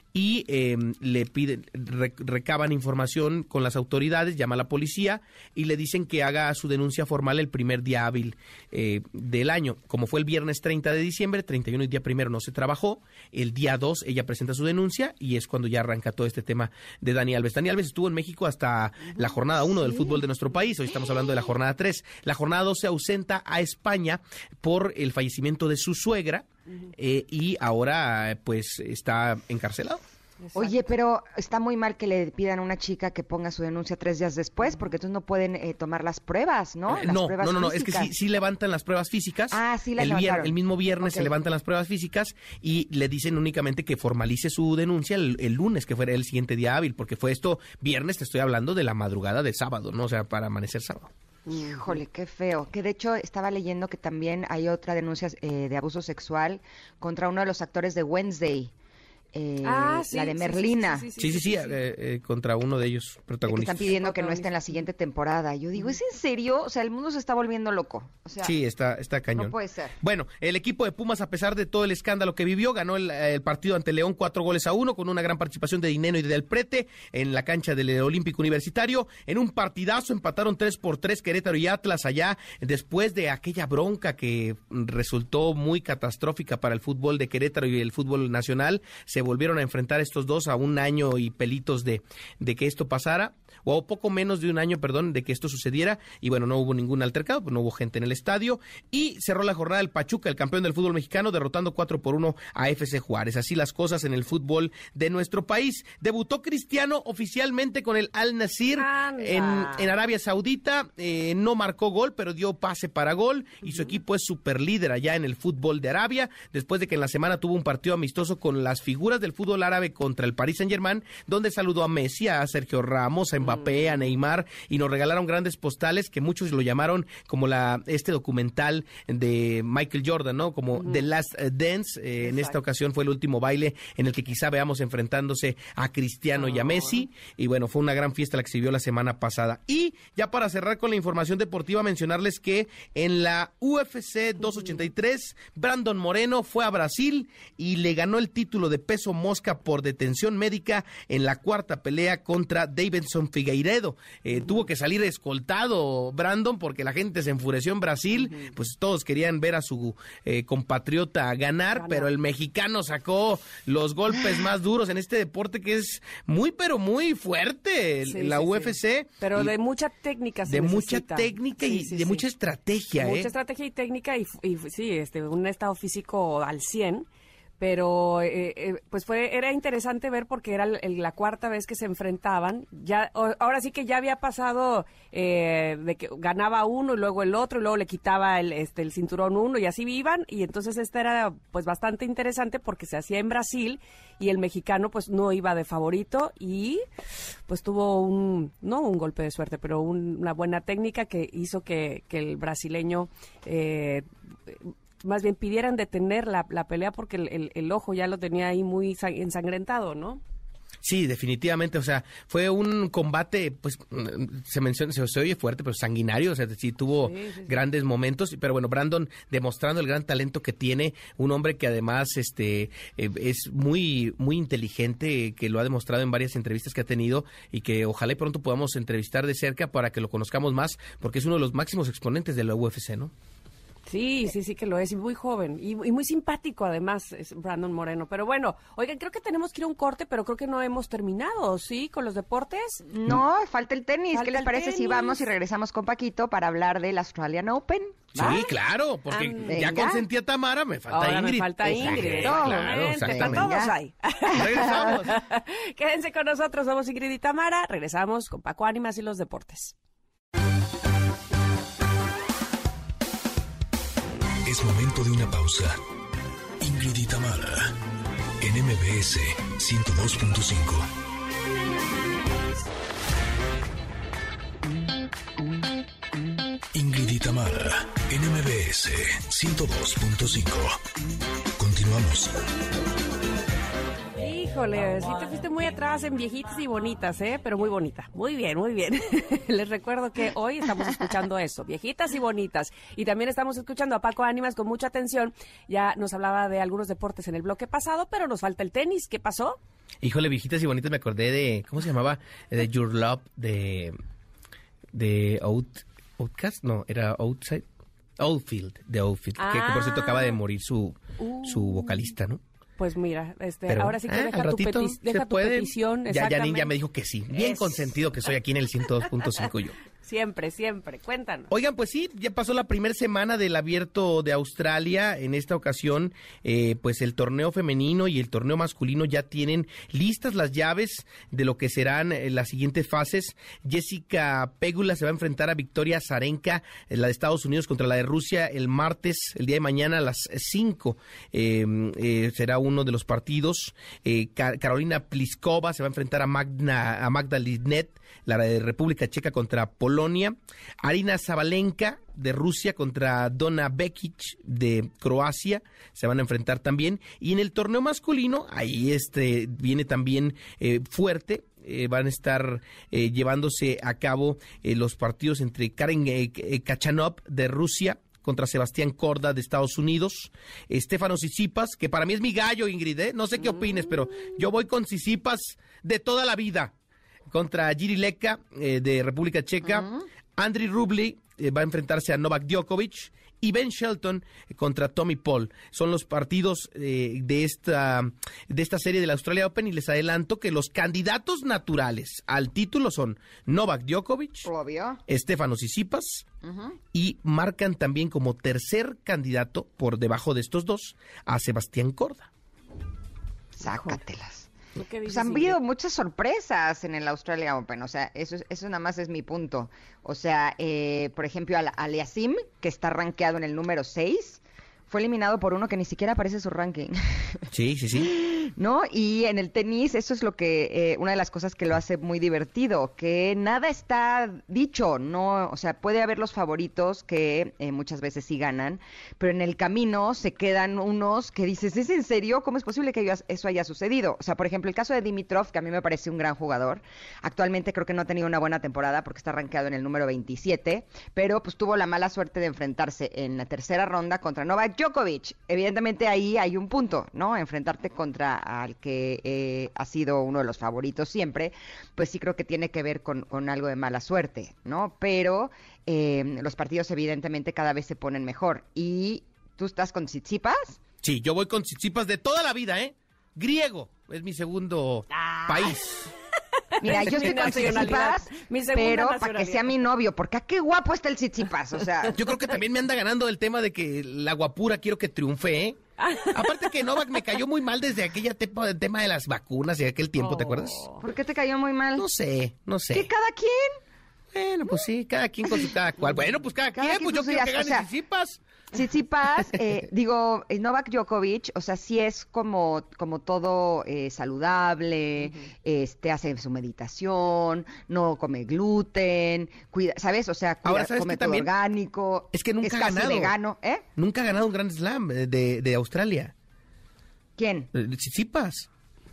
Y eh, le piden, re, recaban información con las autoridades, llama a la policía y le dicen que haga su denuncia formal el primer día hábil eh, del año. Como fue el viernes treinta de diciembre, treinta y uno y día primero no se trabajó, el día dos ella presenta su denuncia y es cuando ya arranca todo este tema de Dani Alves. Dani Alves estuvo en México hasta la jornada uno del fútbol de nuestro país, hoy estamos hablando de la jornada tres. La jornada dos se ausenta a España por el fallecimiento de su suegra eh, y ahora pues está encarcelado. Exacto. Oye, pero está muy mal que le pidan a una chica que ponga su denuncia tres días después, porque entonces no pueden eh, tomar las pruebas, ¿no? Las no, pruebas no, no, no, físicas. es que sí, sí levantan las pruebas físicas. Ah, sí las el, levantaron. vier, el mismo viernes okay. se levantan las pruebas físicas y le dicen únicamente que formalice su denuncia el, el lunes, que fuera el siguiente día hábil, porque fue esto viernes, te estoy hablando de la madrugada de sábado, ¿no? O sea, para amanecer sábado. Híjole, qué feo. Que de hecho estaba leyendo que también hay otra denuncia eh, de abuso sexual contra uno de los actores de Wednesday. Eh, ah, sí, la de sí, Merlina. Sí, sí, sí, sí, sí, sí, sí, sí eh, eh, contra uno de ellos protagonistas. Que están pidiendo que no esté en la siguiente temporada. Yo digo, ¿es en serio? O sea, el mundo se está volviendo loco. O sea, sí, está, está cañón. No puede ser. Bueno, el equipo de Pumas, a pesar de todo el escándalo que vivió, ganó el, el partido ante León cuatro goles a uno, con una gran participación de Dineno y de Del Prete en la cancha del Olímpico Universitario. En un partidazo empataron tres por tres Querétaro y Atlas allá, después de aquella bronca que resultó muy catastrófica para el fútbol de Querétaro y el fútbol nacional. Se volvieron a enfrentar estos dos a un año y pelitos de, de que esto pasara, o poco menos de un año, perdón, de que esto sucediera, y bueno, no hubo ningún altercado, pues no hubo gente en el estadio, y cerró la jornada el Pachuca, el campeón del fútbol mexicano, derrotando cuatro por uno a F C Juárez. Así las cosas en el fútbol de nuestro país. Debutó Cristiano oficialmente con el Al Nassr en, en Arabia Saudita, eh, no marcó gol, pero dio pase para gol, y su equipo es super líder allá en el fútbol de Arabia, después de que en la semana tuvo un partido amistoso con las figuras del fútbol árabe contra el Paris Saint-Germain, donde saludó a Messi, a Sergio Ramos, a Mbappé, a Neymar, y nos regalaron grandes postales que muchos lo llamaron como la este documental de Michael Jordan, ¿no? Como uh-huh. The Last Dance. Eh, en esta ocasión fue el último baile en el que quizá veamos enfrentándose a Cristiano oh. y a Messi, y bueno, fue una gran fiesta la que se vio la semana pasada. Y ya para cerrar con la información deportiva, mencionarles que en la U F C doscientos ochenta y tres, Brandon Moreno fue a Brasil y le ganó el título de peso peso mosca por detención médica en la cuarta pelea contra Davidson Figueiredo. Eh, tuvo que salir escoltado Brandon porque la gente se enfureció en Brasil, uh-huh. pues todos querían ver a su eh, compatriota ganar, Gana. pero el mexicano sacó los golpes más duros en este deporte que es muy, pero muy fuerte, sí, la sí, U F C. Sí. Pero de mucha técnica se De necesita. mucha técnica y sí, sí, de sí. mucha estrategia, Mucha ¿eh? estrategia y técnica y, y sí, este, un estado físico al cien. Pero eh, eh, pues fue era interesante ver porque era el, la cuarta vez que se enfrentaban. Ya o, ahora sí que ya había pasado eh, de que ganaba uno y luego el otro y luego le quitaba el este el cinturón uno y así iban, y entonces esta era pues bastante interesante porque se hacía en Brasil y el mexicano pues no iba de favorito y pues tuvo un no un golpe de suerte, pero un, una buena técnica que hizo que, que el brasileño eh, más bien pidieran detener la, la pelea porque el, el, el ojo ya lo tenía ahí muy ensangrentado, ¿no? Sí, definitivamente, o sea, fue un combate, pues, se menciona, se, se oye fuerte, pero sanguinario, o sea, sí tuvo sí, sí, sí. grandes momentos, pero bueno, Brandon demostrando el gran talento que tiene, un hombre que además, este, eh, es muy, muy inteligente, que lo ha demostrado en varias entrevistas que ha tenido y que ojalá y pronto podamos entrevistar de cerca para que lo conozcamos más, porque es uno de los máximos exponentes de la U F C, ¿no? Sí, sí, sí que lo es, y muy joven, y, y muy simpático además, es Brandon Moreno. Pero bueno, oigan, creo que tenemos que ir a un corte, pero creo que no hemos terminado, ¿sí? Con los deportes. No, falta el tenis. Falta ¿Qué les parece tenis. si vamos y regresamos con Paquito para hablar del Australian Open? ¿Va? Sí, claro, porque Ande, ya consentí a Tamara, me falta Ahora Ingrid. me falta Ingrid. Claro, claro, exactamente. Para todos hay. Regresamos. Quédense con nosotros, somos Ingrid y Tamara. Regresamos con Paco Ánimas y los deportes. Es momento de una pausa. Ingrid y Tamara, en M B S ciento dos punto cinco. Ingrid y Tamara, en M B S ciento dos punto cinco. Continuamos. Híjole, sí te fuiste muy atrás en viejitas y bonitas, ¿eh? Pero muy bonita. Muy bien, muy bien. Les recuerdo que hoy estamos escuchando eso, viejitas y bonitas. Y también estamos escuchando a Paco Ánimas con mucha atención. Ya nos hablaba de algunos deportes en el bloque pasado, pero nos falta el tenis. ¿Qué pasó? Híjole, viejitas y bonitas, me acordé de, ¿cómo se llamaba? De Your Love, de, de Out, Outcast, no, era Outside, Oldfield, de Oldfield, ah. que, que por cierto acaba de morir su, uh. su vocalista, ¿no? Pues mira, este, Pero, ahora sí que ah, deja, tu, peti- deja tu petición. Ya, ya Ninja me dijo que sí. Bien es... consentido que soy aquí en el ciento dos punto cinco yo. Siempre, siempre. Cuéntanos. Oigan, pues sí, ya pasó la primera semana del Abierto de Australia. En esta ocasión, eh, pues el torneo femenino y el torneo masculino ya tienen listas las llaves de lo que serán eh, las siguientes fases. Jessica Pegula se va a enfrentar a Victoria Azarenka, eh, la de Estados Unidos contra la de Rusia, el martes, el día de mañana a las cinco. Eh, eh, será uno de los partidos. Eh, Ka- Carolina Pliskova se va a enfrentar a Magda, a Magda Linet, la de República Checa contra Polonia. Arina Sabalenka de Rusia contra Donna Bekic de Croacia se van a enfrentar también. Y en el torneo masculino, ahí este viene también eh, fuerte. Eh, van a estar eh, llevándose a cabo eh, los partidos entre Karen eh, Khachanov de Rusia contra Sebastián Corda de Estados Unidos, Estefano Tsitsipas, que para mí es mi gallo, Ingrid, ¿eh? No sé qué opines, pero yo voy con Tsitsipas de toda la vida, contra Jiri Leka eh, de República Checa, uh-huh. Andriy Rublev eh, va a enfrentarse a Novak Djokovic, y Ben Shelton eh, contra Tommy Paul. Son los partidos eh, de esta de esta serie del Australia Open, y les adelanto que los candidatos naturales al título son Novak Djokovic, obvio, Estefano Tsitsipas, uh-huh. y marcan también como tercer candidato por debajo de estos dos a Sebastián Corda. Sácatelas. ¿Qué pues han habido muchas sorpresas en el Australia Open, o sea, eso, eso nada más es mi punto. O sea, eh, por ejemplo, Al- Aliasim, que está rankeado en el número seis, fue eliminado por uno que ni siquiera aparece en su ranking. Sí, sí, sí. ¿No? Y en el tenis, eso es lo que, eh, una de las cosas que lo hace muy divertido, que nada está dicho, ¿no? O sea, puede haber los favoritos que eh, muchas veces sí ganan, pero en el camino se quedan unos que dices, ¿es en serio? ¿Cómo es posible que eso haya sucedido? O sea, por ejemplo, el caso de Dimitrov, que a mí me parece un gran jugador, actualmente creo que no ha tenido una buena temporada porque está rankeado en el número veintisiete, pero pues tuvo la mala suerte de enfrentarse en la tercera ronda contra Novak Djokovic. Evidentemente ahí hay un punto, ¿no? Enfrentarte contra al que eh, ha sido uno de los favoritos siempre, pues sí creo que tiene que ver con, con algo de mala suerte, ¿no? Pero eh, los partidos evidentemente cada vez se ponen mejor. ¿Y tú estás con Tsitsipas? Sí, yo voy con Tsitsipas de toda la vida, ¿eh? Griego, es mi segundo ah. país. Mira, yo estoy con Tsitsipas, pero para que sea mi novio, porque qué guapo está el Tsitsipas, o sea... Yo creo que también me anda ganando el tema de que la guapura quiero que triunfe, ¿eh? Aparte que Novak me cayó muy mal desde aquella tepa, el tema de las vacunas y aquel tiempo, oh. ¿te acuerdas? ¿Por qué te cayó muy mal? No sé, no sé. ¿Que cada quien? Bueno, pues sí, cada quien con su cada cual. Bueno, pues cada, cada quien, quien, pues yo quiero que gane Tsitsipas. Tsitsipas, eh, digo, Novak Djokovic, o sea, sí es como, como todo eh, saludable, uh-huh. este hace su meditación, no come gluten, cuida, ¿sabes? O sea, cuida, Ahora, ¿sabes come que todo también? orgánico, es que nunca es ha casi ganado. vegano, ¿eh? Nunca ha ganado un Grand Slam de, de Australia. ¿Quién? Tsitsipas.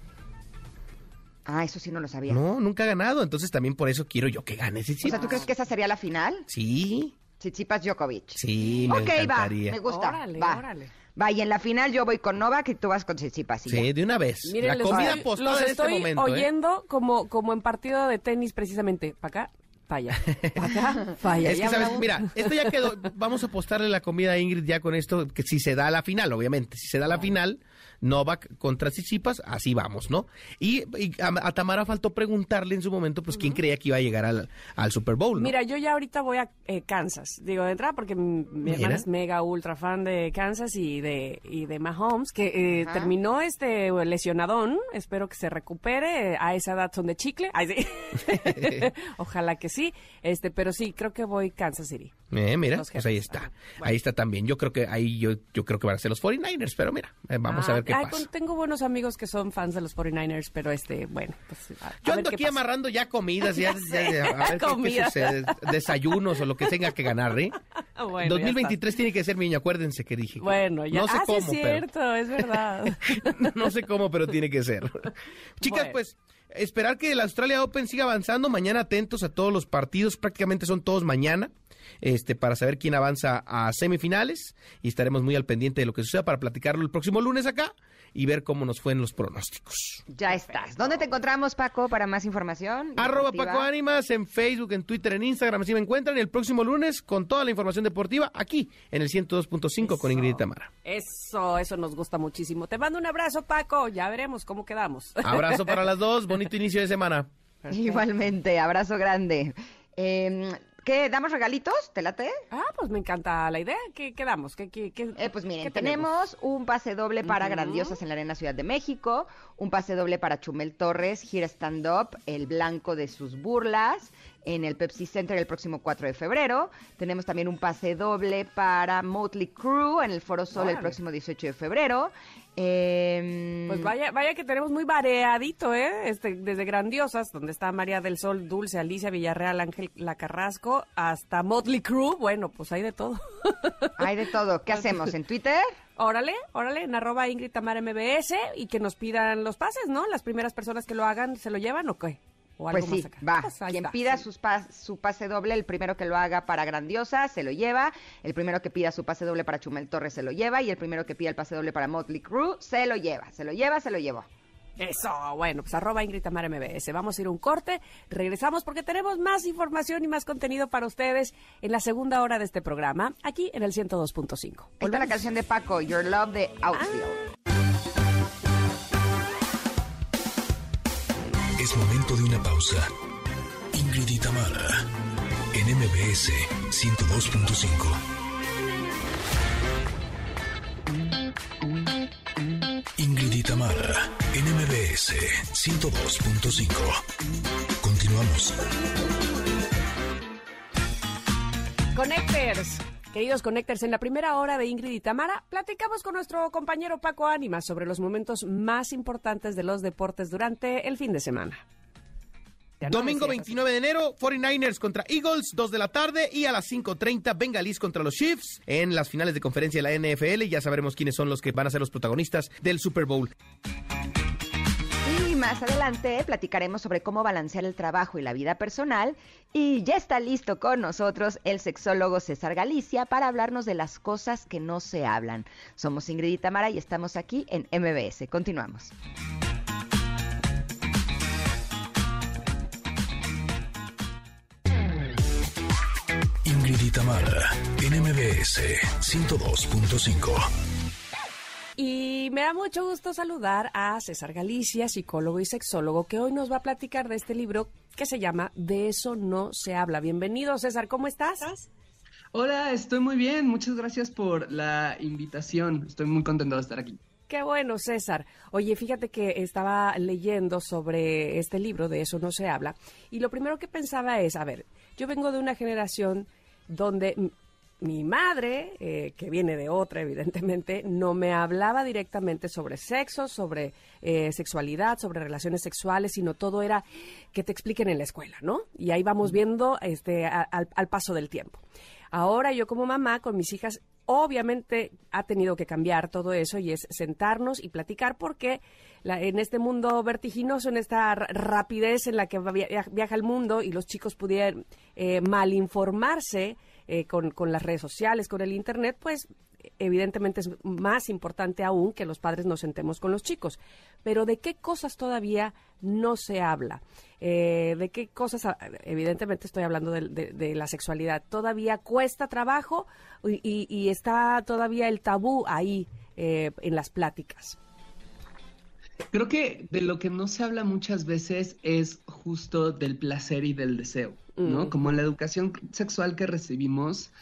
Ah, eso sí no lo sabía. No, nunca ha ganado, entonces también por eso quiero yo que gane Tsitsipas. O sea, ¿tú crees que esa sería la final? Sí. Tsitsipas Djokovic. Sí, me okay, encantaría. va, me gusta. Órale, va. órale. Va, y en la final yo voy con Novak y tú vas con Tsitsipas. Sí, ya. de una vez. Miren, la comida estoy, postada los en estoy este momento. oyendo ¿eh? como, como en partido de tenis precisamente. ¿Para acá? Falla. ¿Para acá? Falla. Es que, ya ¿sabes? hablamos. Mira, esto ya quedó. Vamos a apostarle la comida a Ingrid ya con esto, que si se da la final, obviamente. Si se da la final, Novak contra Tsitsipas, así vamos, ¿no? Y, y a, a Tamara faltó preguntarle en su momento, pues, quién uh-huh. creía que iba a llegar al, al Super Bowl, ¿no? Mira, yo ya ahorita voy a eh, Kansas. Digo, de entrada porque mi, mi hermana es mega ultra fan de Kansas y de y de Mahomes, que eh, terminó este lesionadón. Espero que se recupere. A esa edad son de chicle. Ay, sí. Ojalá que sí. Este, pero sí, creo que voy Kansas City. Eh, mira, pues ahí está. Bueno. Ahí está también. Yo creo que ahí yo, yo creo que van a ser los cuarenta y nueve ers, pero mira, eh, vamos ah, a ver qué ay, pasa. Tengo buenos amigos que son fans de los cuarenta y nueve ers, pero este, bueno, pues a, Yo a ando aquí pasa. amarrando ya comidas, ya, ya, ya a ver qué, qué sucede, desayunos o lo que tenga que ganar, ¿eh? Bueno, dos mil veintitrés tiene que ser mi año, acuérdense que dije. Bueno, ya. No sé ah, cómo, sí es cierto, pero... es verdad. No sé cómo, pero tiene que ser. Chicas, bueno. pues, esperar que el Australia Open siga avanzando. Mañana atentos a todos los partidos, prácticamente son todos mañana. Este, para saber quién avanza a semifinales y estaremos muy al pendiente de lo que suceda para platicarlo el próximo lunes acá y ver cómo nos fue en los pronósticos. Ya estás. ¿Dónde te encontramos, Paco, para más información? Arroba Paco Ánimas en Facebook, en Twitter, en Instagram, así me encuentran. Y el próximo lunes con toda la información deportiva aquí en el ciento dos punto cinco con Ingrid y Tamara. Eso, eso nos gusta muchísimo. Te mando un abrazo, Paco. Ya veremos cómo quedamos. Abrazo para las dos. Bonito inicio de semana. Perfecto. Igualmente. Abrazo grande. Eh... ¿Qué? ¿Damos regalitos? ¿Te late? Ah, pues me encanta la idea. ¿Qué, qué damos? ¿Qué, qué, qué, eh, pues miren, ¿qué tenemos? tenemos un pase doble para uh-huh. Grandiosas en la Arena Ciudad de México, un pase doble para Chumel Torres, gira stand-up, el blanco de sus burlas, en el Pepsi Center el próximo cuatro de febrero. Tenemos también un pase doble para Motley Crue en el Foro Sol vale. el próximo dieciocho de febrero. Eh, pues vaya, vaya que tenemos muy variadito, ¿eh? Este, desde Grandiosas, donde está María del Sol, Dulce, Alicia Villarreal, Ángel La Carrasco, hasta Motley Crue. Bueno, pues hay de todo. Hay de todo. ¿Qué hacemos? ¿En Twitter? Órale, órale, en arroba Ingrid Tamara M B S y que nos pidan los pases, ¿no? Las primeras personas que lo hagan, ¿se lo llevan o qué? Pues sí, va. Pues Quien está, pida sí. sus pas, su pase doble, el primero que lo haga para Grandiosa, se lo lleva. El primero que pida su pase doble para Chumel Torres, se lo lleva. Y el primero que pida el pase doble para Motley Crue, se lo lleva. Se lo lleva, se lo llevó. Eso, bueno, pues arroba Ingrid Tamara M B S. Vamos a ir a un corte, regresamos porque tenemos más información y más contenido para ustedes en la segunda hora de este programa, aquí en el ciento dos punto cinco. Esta es la canción de Paco, Your Love de Outfield. Ah. Es momento de una pausa. Ingrid y Tamara, en M B S ciento dos punto cinco. Ingrid y Tamara, en M B S ciento dos punto cinco. Continuamos. Connectors. Queridos Connectors, en la primera hora de Ingrid y Tamara, platicamos con nuestro compañero Paco Ánimas sobre los momentos más importantes de los deportes durante el fin de semana. Domingo veintinueve de enero, cuarenta y nueve ers contra Eagles, dos de la tarde, y a las cinco treinta, Bengalís contra los Chiefs en las finales de conferencia de la N F L. Ya sabremos quiénes son los que van a ser los protagonistas del Super Bowl. Y más adelante platicaremos sobre cómo balancear el trabajo y la vida personal. Y ya está listo con nosotros el sexólogo César Galicia para hablarnos de las cosas que no se hablan. Somos Ingrid y Tamara y estamos aquí en M B S. Continuamos. Ingrid y Tamara en M B S ciento dos punto cinco. Y me da mucho gusto saludar a César Galicia, psicólogo y sexólogo, que hoy nos va a platicar de este libro que se llama De eso no se habla. Bienvenido, César, ¿cómo estás? Hola, estoy muy bien. Muchas gracias por la invitación. Estoy muy contento de estar aquí. Qué bueno, César. Oye, fíjate que estaba leyendo sobre este libro, De eso no se habla, y lo primero que pensaba es, a ver, yo vengo de una generación donde mi madre, eh, que viene de otra, evidentemente, no me hablaba directamente sobre sexo, sobre eh, sexualidad, sobre relaciones sexuales, sino todo era que te expliquen en la escuela, ¿no? Y ahí vamos viendo este a, al, al paso del tiempo. Ahora yo como mamá con mis hijas, obviamente ha tenido que cambiar todo eso y es sentarnos y platicar porque la, en este mundo vertiginoso, en esta rapidez en la que viaja el mundo y los chicos pudieran eh, mal informarse eh, con, con las redes sociales, con el internet, pues evidentemente es más importante aún que los padres nos sentemos con los chicos. Pero ¿de qué cosas todavía no se habla? Eh, ¿De qué cosas? Evidentemente estoy hablando de, de, de la sexualidad. ¿Todavía cuesta trabajo y, y, y está todavía el tabú ahí eh, en las pláticas? Creo que de lo que no se habla muchas veces es justo del placer y del deseo, ¿no? Mm. Como la educación sexual que recibimos.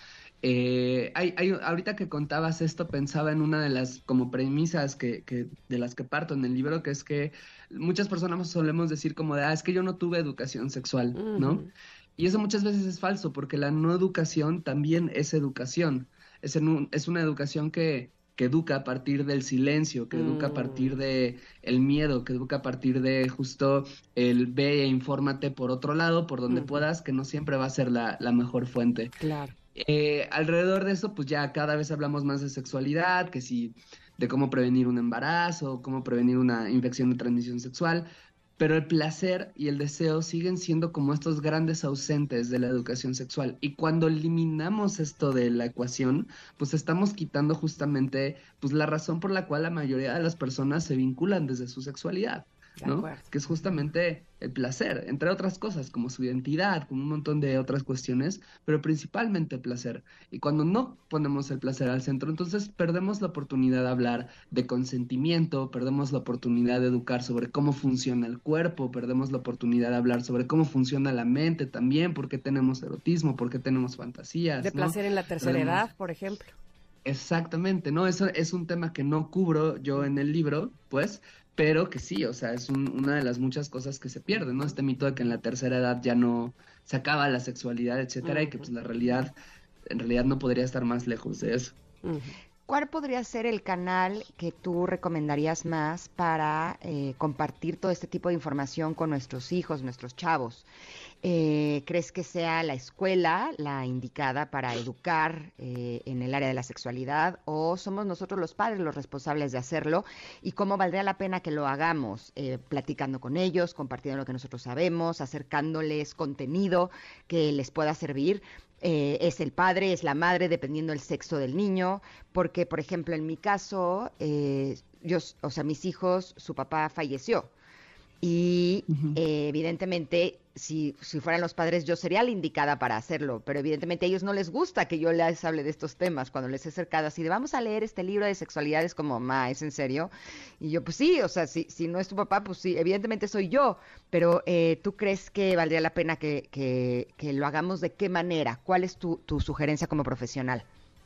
Eh, hay, hay, ahorita que contabas esto pensaba en una de las como premisas que, que de las que parto en el libro, que es que muchas personas solemos decir como de, ah, es que yo no tuve educación sexual, ¿no? Uh-huh. Y eso muchas veces es falso, porque la no educación también es educación, es, en un, es una educación que, que educa a partir del silencio, que educa uh-huh. a partir de el miedo, que educa a partir de justo el ve e infórmate por otro lado, por donde uh-huh. puedas, que no siempre va a ser la, la mejor fuente. Claro. Eh, alrededor de eso, pues ya cada vez hablamos más de sexualidad, que sí, de cómo prevenir un embarazo, cómo prevenir una infección de transmisión sexual, pero el placer y el deseo siguen siendo como estos grandes ausentes de la educación sexual. Y cuando eliminamos esto de la ecuación, pues estamos quitando justamente pues la razón por la cual la mayoría de las personas se vinculan desde su sexualidad, ¿no? Que es justamente el placer, entre otras cosas, como su identidad, como un montón de otras cuestiones, pero principalmente el placer. Y cuando no ponemos el placer al centro, entonces perdemos la oportunidad de hablar de consentimiento, perdemos la oportunidad de educar sobre cómo funciona el cuerpo, perdemos la oportunidad de hablar sobre cómo funciona la mente también, por qué tenemos erotismo, por qué tenemos fantasías. De placer, ¿no? En la tercera perdemos... edad, por ejemplo. Exactamente, ¿no? Eso es un tema que no cubro yo en el libro, pues, pero que sí, o sea, es un, una de las muchas cosas que se pierden, ¿no? Este mito de que en la tercera edad ya no se acaba la sexualidad, etcétera, uh-huh. y que pues la realidad, en realidad no podría estar más lejos de eso. Uh-huh. ¿Cuál podría ser el canal que tú recomendarías más para eh, compartir todo este tipo de información con nuestros hijos, nuestros chavos? Eh, ¿Crees que sea la escuela la indicada para educar eh, en el área de la sexualidad o somos nosotros los padres los responsables de hacerlo? ¿Y cómo valdría la pena que lo hagamos? Eh, platicando con ellos, compartiendo lo que nosotros sabemos, acercándoles contenido que les pueda servir. Eh, es el padre, es la madre, dependiendo del sexo del niño, porque, por ejemplo, en mi caso, eh, yo, o sea, mis hijos, su papá falleció y uh-huh. eh, evidentemente, si, si fueran los padres, yo sería la indicada para hacerlo, pero evidentemente a ellos no les gusta que yo les hable de estos temas. Cuando les he acercado así de, vamos a leer este libro de sexualidad, es como, ma, ¿es en serio? Y yo, pues sí, o sea, si, si no es tu papá, pues sí, evidentemente soy yo, pero eh, ¿tú crees que valdría la pena que, que, que lo hagamos de qué manera? ¿Cuál es tu, tu sugerencia como profesional?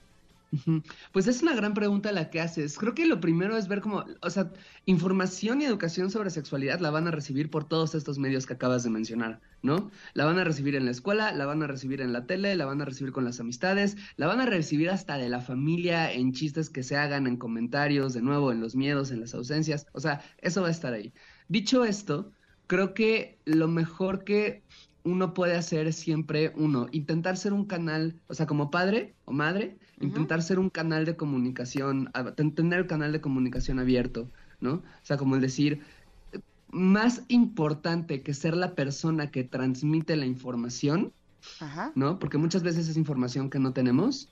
Pues es una gran pregunta la que haces. Creo que lo primero es ver cómo, o sea, información y educación sobre sexualidad la van a recibir por todos estos medios que acabas de mencionar, ¿no? La van a recibir en la escuela, la van a recibir en la tele, la van a recibir con las amistades, la van a recibir hasta de la familia en chistes que se hagan, en comentarios, de nuevo, en los miedos, en las ausencias. O sea, eso va a estar ahí. Dicho esto, creo que lo mejor que uno puede hacer es siempre, uno, intentar ser un canal, o sea, como padre o madre, uh-huh. intentar ser un canal de comunicación, tener el canal de comunicación abierto, ¿no? O sea, como el decir, más importante que ser la persona que transmite la información, Ajá. ¿no? Porque muchas veces es información que no tenemos.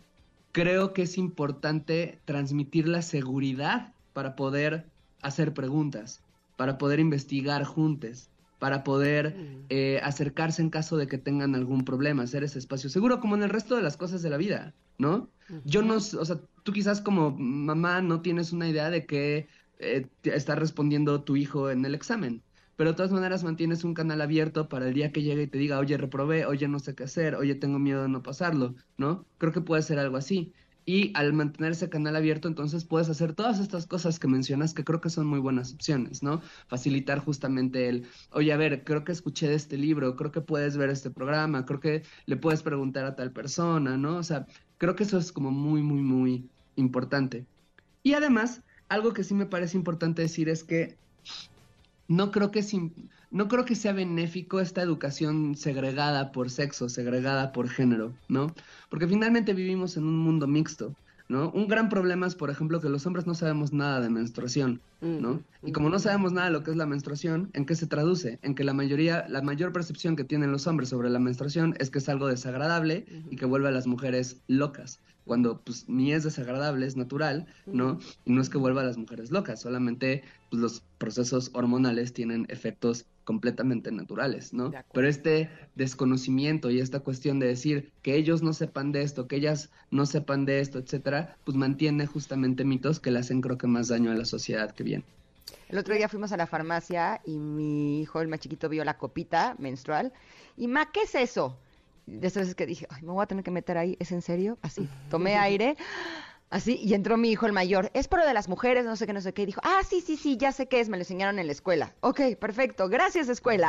Creo que es importante transmitir la seguridad para poder hacer preguntas, para poder investigar juntos, para poder eh, acercarse en caso de que tengan algún problema, hacer ese espacio seguro, como en el resto de las cosas de la vida, ¿no? Yo no, o sea, tú quizás como mamá no tienes una idea de qué eh, está respondiendo tu hijo en el examen, pero de todas maneras mantienes un canal abierto para el día que llegue y te diga, oye, reprobé, oye, no sé qué hacer, oye, tengo miedo de no pasarlo, ¿no? Creo que puede ser algo así. Y al mantener ese canal abierto, entonces puedes hacer todas estas cosas que mencionas que creo que son muy buenas opciones, ¿no? Facilitar justamente el, oye, a ver, creo que escuché de este libro, creo que puedes ver este programa, creo que le puedes preguntar a tal persona, ¿no? O sea, creo que eso es como muy, muy, muy importante. Y además, algo que sí me parece importante decir es que no creo que, sin, no creo que sea benéfico esta educación segregada por sexo, segregada por género, ¿no? Porque finalmente vivimos en un mundo mixto, ¿no? Un gran problema es, por ejemplo, que los hombres no sabemos nada de menstruación, ¿no? Uh-huh. Y como no sabemos nada de lo que es la menstruación, ¿en qué se traduce? En que la mayoría, la mayor percepción que tienen los hombres sobre la menstruación es que es algo desagradable uh-huh. y que vuelve a las mujeres locas, cuando pues ni es desagradable, es natural, ¿no? Y no es que vuelva a las mujeres locas, solamente pues, los procesos hormonales tienen efectos completamente naturales, ¿no? Pero este desconocimiento y esta cuestión de decir que ellos no sepan de esto, que ellas no sepan de esto, etcétera, pues mantiene justamente mitos que le hacen creo que más daño a la sociedad que bien. El otro día fuimos a la farmacia y mi hijo, el más chiquito, vio la copita menstrual y, ma, ¿qué es eso? De esas veces que dije, ay, me voy a tener que meter ahí, ¿es en serio? Así, tomé aire, así, y entró mi hijo el mayor, es pro de las mujeres, no sé qué, no sé qué, y dijo, ah, sí, sí, sí, ya sé qué es, me lo enseñaron en la escuela. Ok, perfecto, gracias, escuela.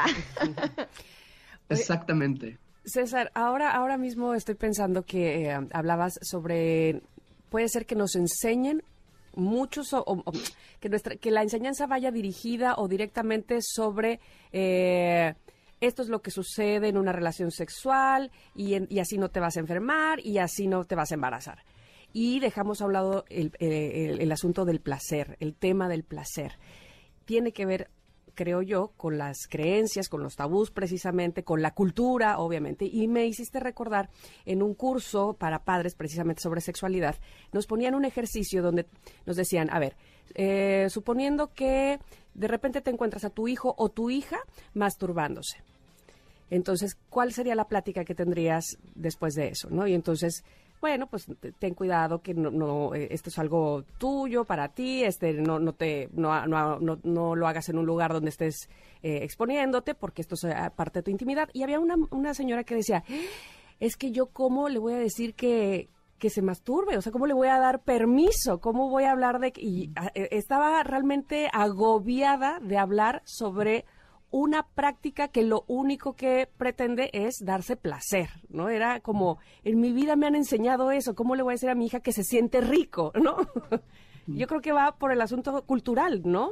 Exactamente. César, ahora, ahora mismo estoy pensando que eh, hablabas sobre, puede ser que nos enseñen muchos, o, o, que, nuestra, que la enseñanza vaya dirigida o directamente sobre... Eh, esto es lo que sucede en una relación sexual y, en, y así no te vas a enfermar y así no te vas a embarazar. Y dejamos a un lado el, el, el asunto del placer, el tema del placer. Tiene que ver, creo yo, con las creencias, con los tabús precisamente, con la cultura, obviamente. Y me hiciste recordar en un curso para padres precisamente sobre sexualidad, nos ponían un ejercicio donde nos decían, a ver, eh, suponiendo que de repente te encuentras a tu hijo o tu hija masturbándose. Entonces, ¿cuál sería la plática que tendrías después de eso, ¿no? Y entonces, bueno, pues ten cuidado que no, no esto es algo tuyo para ti, este, no, no te, no, no, no, no lo hagas en un lugar donde estés eh, exponiéndote, porque esto es parte de tu intimidad. Y había una, una señora que decía, es que yo cómo le voy a decir que que se masturbe, o sea, ¿cómo le voy a dar permiso? ¿Cómo voy a hablar de...? Y a, estaba realmente agobiada de hablar sobre una práctica que lo único que pretende es darse placer, ¿no? Era como, en mi vida me han enseñado eso, ¿cómo le voy a decir a mi hija que se siente rico, ¿no? Yo creo que va por el asunto cultural, ¿no?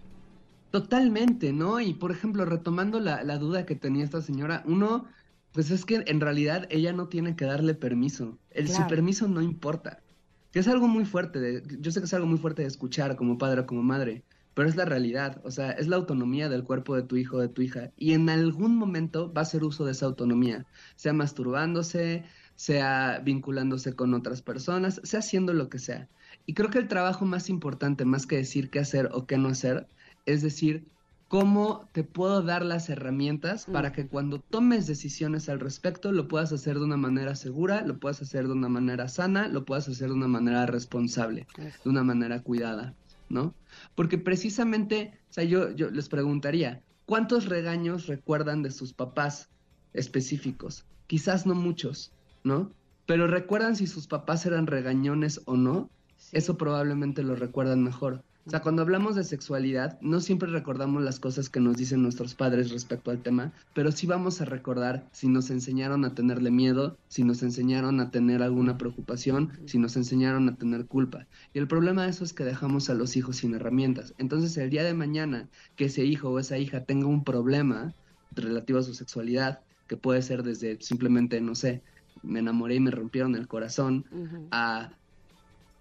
Totalmente, ¿no? Y, por ejemplo, retomando la, la duda que tenía esta señora, uno... Pues es que en realidad ella no tiene que darle permiso. El Claro. su permiso no importa. Que es algo muy fuerte. De, yo sé que es algo muy fuerte de escuchar como padre o como madre, pero es la realidad. O sea, es la autonomía del cuerpo de tu hijo o de tu hija. Y en algún momento va a hacer uso de esa autonomía. Sea masturbándose, sea vinculándose con otras personas, sea haciendo lo que sea. Y creo que el trabajo más importante, más que decir qué hacer o qué no hacer, es decir... ¿Cómo te puedo dar las herramientas para que cuando tomes decisiones al respecto lo puedas hacer de una manera segura, lo puedas hacer de una manera sana, lo puedas hacer de una manera responsable, de una manera cuidada, ¿no? Porque precisamente, o sea, yo, yo les preguntaría, ¿cuántos regaños recuerdan de sus papás específicos? Quizás no muchos, ¿no? Pero recuerdan si sus papás eran regañones o no, sí. Eso probablemente lo recuerdan mejor. O sea, cuando hablamos de sexualidad, no siempre recordamos las cosas que nos dicen nuestros padres respecto al tema, pero sí vamos a recordar si nos enseñaron a tenerle miedo, si nos enseñaron a tener alguna preocupación, si nos enseñaron a tener culpa. Y el problema de eso es que dejamos a los hijos sin herramientas. Entonces, el día de mañana que ese hijo o esa hija tenga un problema relativo a su sexualidad, que puede ser desde simplemente, no sé, me enamoré y me rompieron el corazón, uh-huh. a...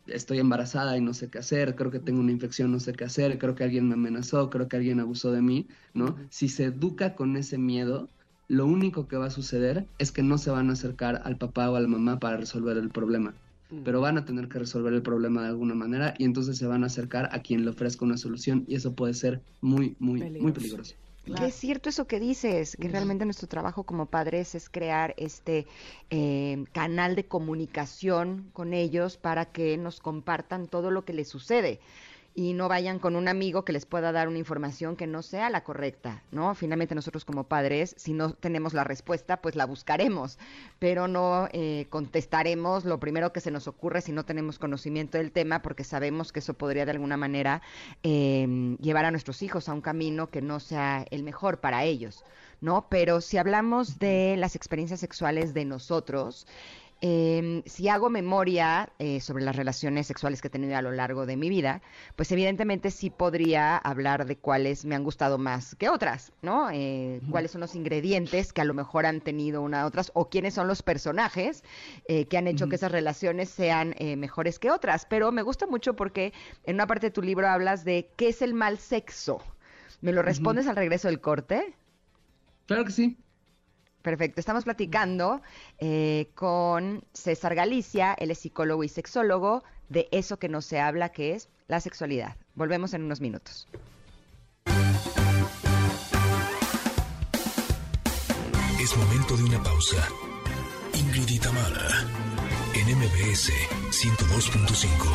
estoy embarazada y no sé qué hacer, creo que tengo una infección, no sé qué hacer, creo que alguien me amenazó, creo que alguien abusó de mí, ¿no? Uh-huh. Si se educa con ese miedo, lo único que va a suceder es que no se van a acercar al papá o a la mamá para resolver el problema. Pero van a tener que resolver el problema de alguna manera y entonces se van a acercar a quien le ofrezca una solución y eso puede ser muy, muy, peligroso. muy peligroso. Claro. Que es cierto eso que dices, que realmente nuestro trabajo como padres es crear este eh, canal de comunicación con ellos para que nos compartan todo lo que les sucede y no vayan con un amigo que les pueda dar una información que no sea la correcta, ¿no? Finalmente nosotros como padres, si no tenemos la respuesta, pues la buscaremos, pero no eh, contestaremos lo primero que se nos ocurre si no tenemos conocimiento del tema, porque sabemos que eso podría de alguna manera eh, llevar a nuestros hijos a un camino que no sea el mejor para ellos, ¿no? Pero si hablamos de las experiencias sexuales de nosotros, Eh, si hago memoria eh, sobre las relaciones sexuales que he tenido a lo largo de mi vida, pues evidentemente sí podría hablar de cuáles me han gustado más que otras, ¿no? Eh, uh-huh. Cuáles son los ingredientes que a lo mejor han tenido una u otras, o quiénes son los personajes eh, que han hecho uh-huh. que esas relaciones sean eh, mejores que otras. Pero me gusta mucho porque en una parte de tu libro hablas de qué es el mal sexo. ¿Me lo respondes uh-huh. al regreso del corte? Claro que sí. Perfecto, estamos platicando eh, con César Galicia, él es psicólogo y sexólogo, de eso que no se habla, que es la sexualidad. Volvemos en unos minutos. Es momento de una pausa. Ingrid y Tamara, en M B S ciento dos punto cinco.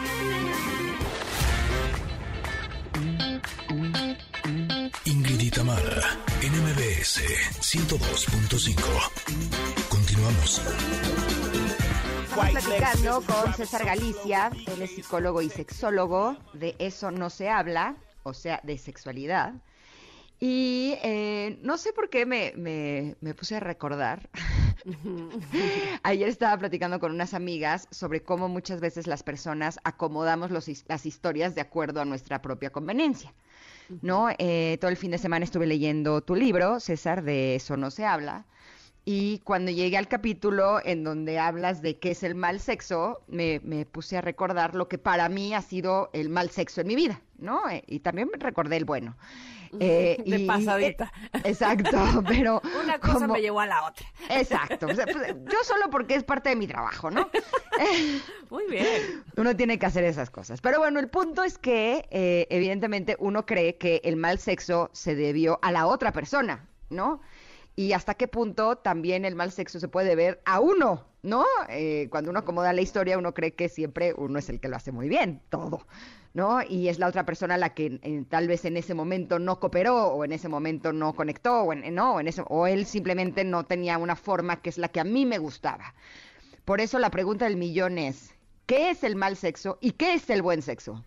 Ingrid y Tamara, en M B S ciento dos punto cinco. Continuamos. Estamos platicando con César Galicia, él es psicólogo y sexólogo, de eso no se habla, o sea, de sexualidad. Y eh, no sé por qué me, me, me puse a recordar. Ayer estaba platicando con unas amigas sobre cómo muchas veces las personas acomodamos los, las historias de acuerdo a nuestra propia conveniencia, ¿no? Eh, todo el fin de semana estuve leyendo tu libro, César, de eso no se habla. Y cuando llegué al capítulo en donde hablas de qué es el mal sexo, me, me puse a recordar lo que para mí ha sido el mal sexo en mi vida, ¿no? Eh, y también recordé el bueno. Eh, de y, pasadita. Eh, exacto, pero... Una cosa como, me llevó a la otra. Exacto. O sea, pues, yo solo porque es parte de mi trabajo, ¿no? Muy bien. Uno tiene que hacer esas cosas. Pero bueno, el punto es que, eh, evidentemente, uno cree que el mal sexo se debió a la otra persona, ¿no? Y hasta qué punto también el mal sexo se puede ver a uno, ¿no? Eh, cuando uno acomoda la historia, uno cree que siempre uno es el que lo hace muy bien, todo, ¿no? Y es la otra persona la que eh, tal vez en ese momento no cooperó, o en ese momento no conectó, o, en, no, en ese, o él simplemente no tenía una forma que es la que a mí me gustaba. Por eso la pregunta del millón es, ¿qué es el mal sexo y qué es el buen sexo?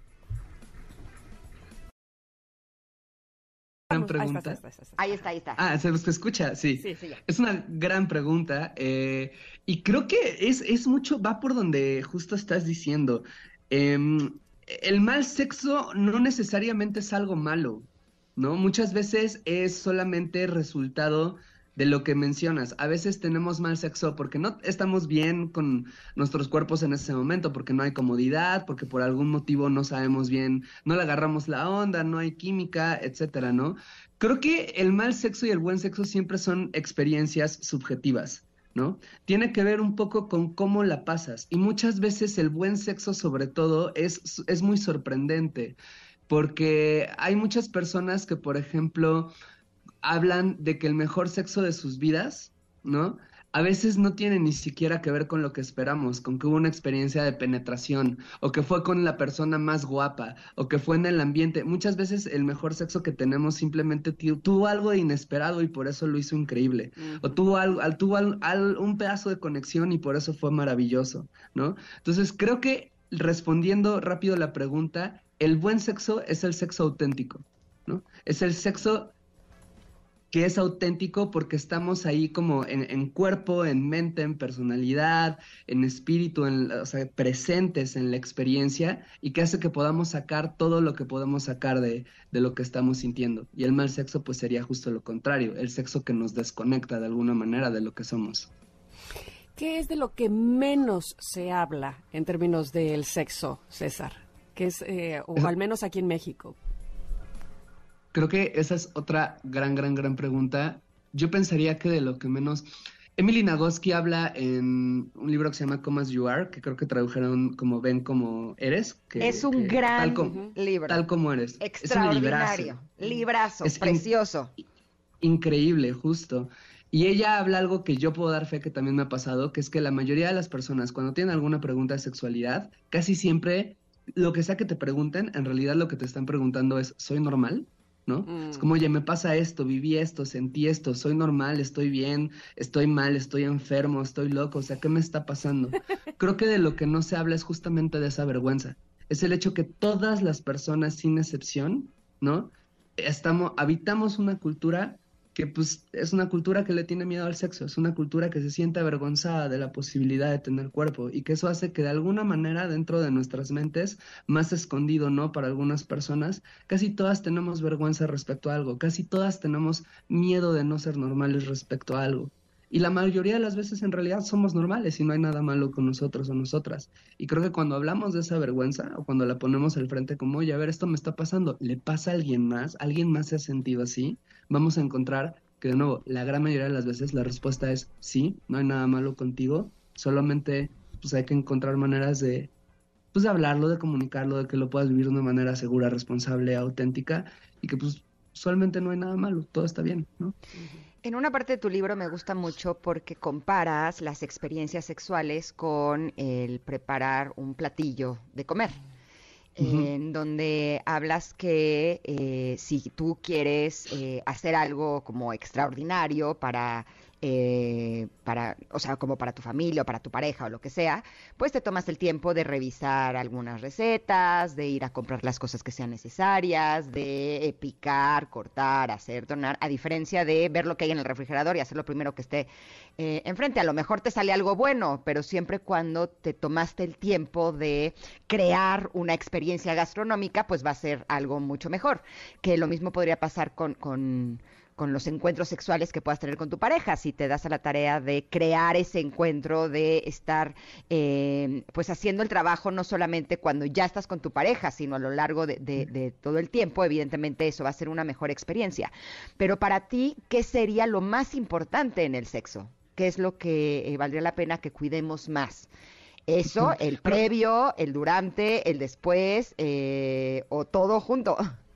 Gran pregunta. Ahí está, ahí está, ahí está. Ahí está. Ah, ¿se los escucha? Sí. Sí, sí, ya. Es una gran pregunta eh, y creo que es, es mucho, va por donde justo estás diciendo. Eh, el mal sexo no necesariamente es algo malo, ¿no? Muchas veces es solamente resultado de lo que mencionas. A veces tenemos mal sexo porque no estamos bien con nuestros cuerpos en ese momento, porque no hay comodidad, porque por algún motivo no sabemos bien, no le agarramos la onda, no hay química, etcétera, ¿no? Creo que el mal sexo y el buen sexo siempre son experiencias subjetivas, ¿no? Tiene que ver un poco con cómo la pasas. Y muchas veces el buen sexo, sobre todo, es, es muy sorprendente, porque hay muchas personas que, por ejemplo, hablan de que el mejor sexo de sus vidas, ¿no? A veces no tiene ni siquiera que ver con lo que esperamos, con que hubo una experiencia de penetración, o que fue con la persona más guapa, o que fue en el ambiente. Muchas veces el mejor sexo que tenemos simplemente tuvo algo de inesperado y por eso lo hizo increíble. Uh-huh. O tuvo, algo, tuvo al, al, un pedazo de conexión y por eso fue maravilloso, ¿no? Entonces creo que, respondiendo rápido la pregunta, el buen sexo es el sexo auténtico, ¿no? Es el sexo que es auténtico porque estamos ahí como en, en cuerpo, en mente, en personalidad, en espíritu, en, o sea, presentes en la experiencia y que hace que podamos sacar todo lo que podemos sacar de, de lo que estamos sintiendo. Y el mal sexo pues sería justo lo contrario, el sexo que nos desconecta de alguna manera de lo que somos. ¿Qué es de lo que menos se habla en términos del sexo, César? Que es, eh, o al menos aquí en México. Creo que esa es otra gran, gran, gran pregunta. Yo pensaría que de lo que menos... Emily Nagoski habla en un libro que se llama Come As You Are, que creo que tradujeron como Ven Como Eres. Que, es un que, gran tal como, libro. Tal como eres. Extraordinario. Es un librazo. Librazo, es precioso. In- increíble, justo. Y ella habla algo que yo puedo dar fe que también me ha pasado, que es que la mayoría de las personas cuando tienen alguna pregunta de sexualidad, casi siempre lo que sea que te pregunten, en realidad lo que te están preguntando es, ¿soy normal? ¿No? Mm. Es como, oye, me pasa esto, viví esto, sentí esto, soy normal, estoy bien, estoy mal, estoy enfermo, estoy loco, o sea, ¿qué me está pasando? Creo que de lo que no se habla es justamente de esa vergüenza. Es el hecho que todas las personas, sin excepción, ¿no? Estamos, habitamos una cultura que pues es una cultura que le tiene miedo al sexo, es una cultura que se siente avergonzada de la posibilidad de tener cuerpo y que eso hace que de alguna manera dentro de nuestras mentes, más escondido, ¿no? Para algunas personas, casi todas tenemos vergüenza respecto a algo, casi todas tenemos miedo de no ser normales respecto a algo. Y la mayoría de las veces en realidad somos normales y no hay nada malo con nosotros o nosotras. Y creo que cuando hablamos de esa vergüenza o cuando la ponemos al frente como, oye, a ver, esto me está pasando, ¿le pasa a alguien más? ¿Alguien más se ha sentido así? Vamos a encontrar que, de nuevo, la gran mayoría de las veces la respuesta es sí, no hay nada malo contigo, solamente pues hay que encontrar maneras de, pues, de hablarlo, de comunicarlo, de que lo puedas vivir de una manera segura, responsable, auténtica y que pues usualmente no hay nada malo, todo está bien, ¿no? En una parte de tu libro me gusta mucho porque comparas las experiencias sexuales con el preparar un platillo de comer. Uh-huh. En donde hablas que eh, si tú quieres eh, hacer algo como extraordinario para, eh, para, o sea, como para tu familia o para tu pareja o lo que sea, pues te tomas el tiempo de revisar algunas recetas, de ir a comprar las cosas que sean necesarias, de eh, picar, cortar, hacer, tornar, a diferencia de ver lo que hay en el refrigerador y hacer lo primero que esté eh, enfrente. A lo mejor te sale algo bueno, pero siempre cuando te tomaste el tiempo de crear una experiencia gastronómica, pues va a ser algo mucho mejor. Que lo mismo podría pasar con, con, con los encuentros sexuales que puedas tener con tu pareja. Si te das a la tarea de crear ese encuentro, de estar eh, pues haciendo el trabajo no solamente cuando ya estás con tu pareja, sino a lo largo de, de, de todo el tiempo, evidentemente eso va a ser una mejor experiencia. Pero para ti, ¿qué sería lo más importante en el sexo? ¿Qué es lo que eh, valdría la pena que cuidemos más? Eso, el previo, el durante, el después, eh, o todo junto.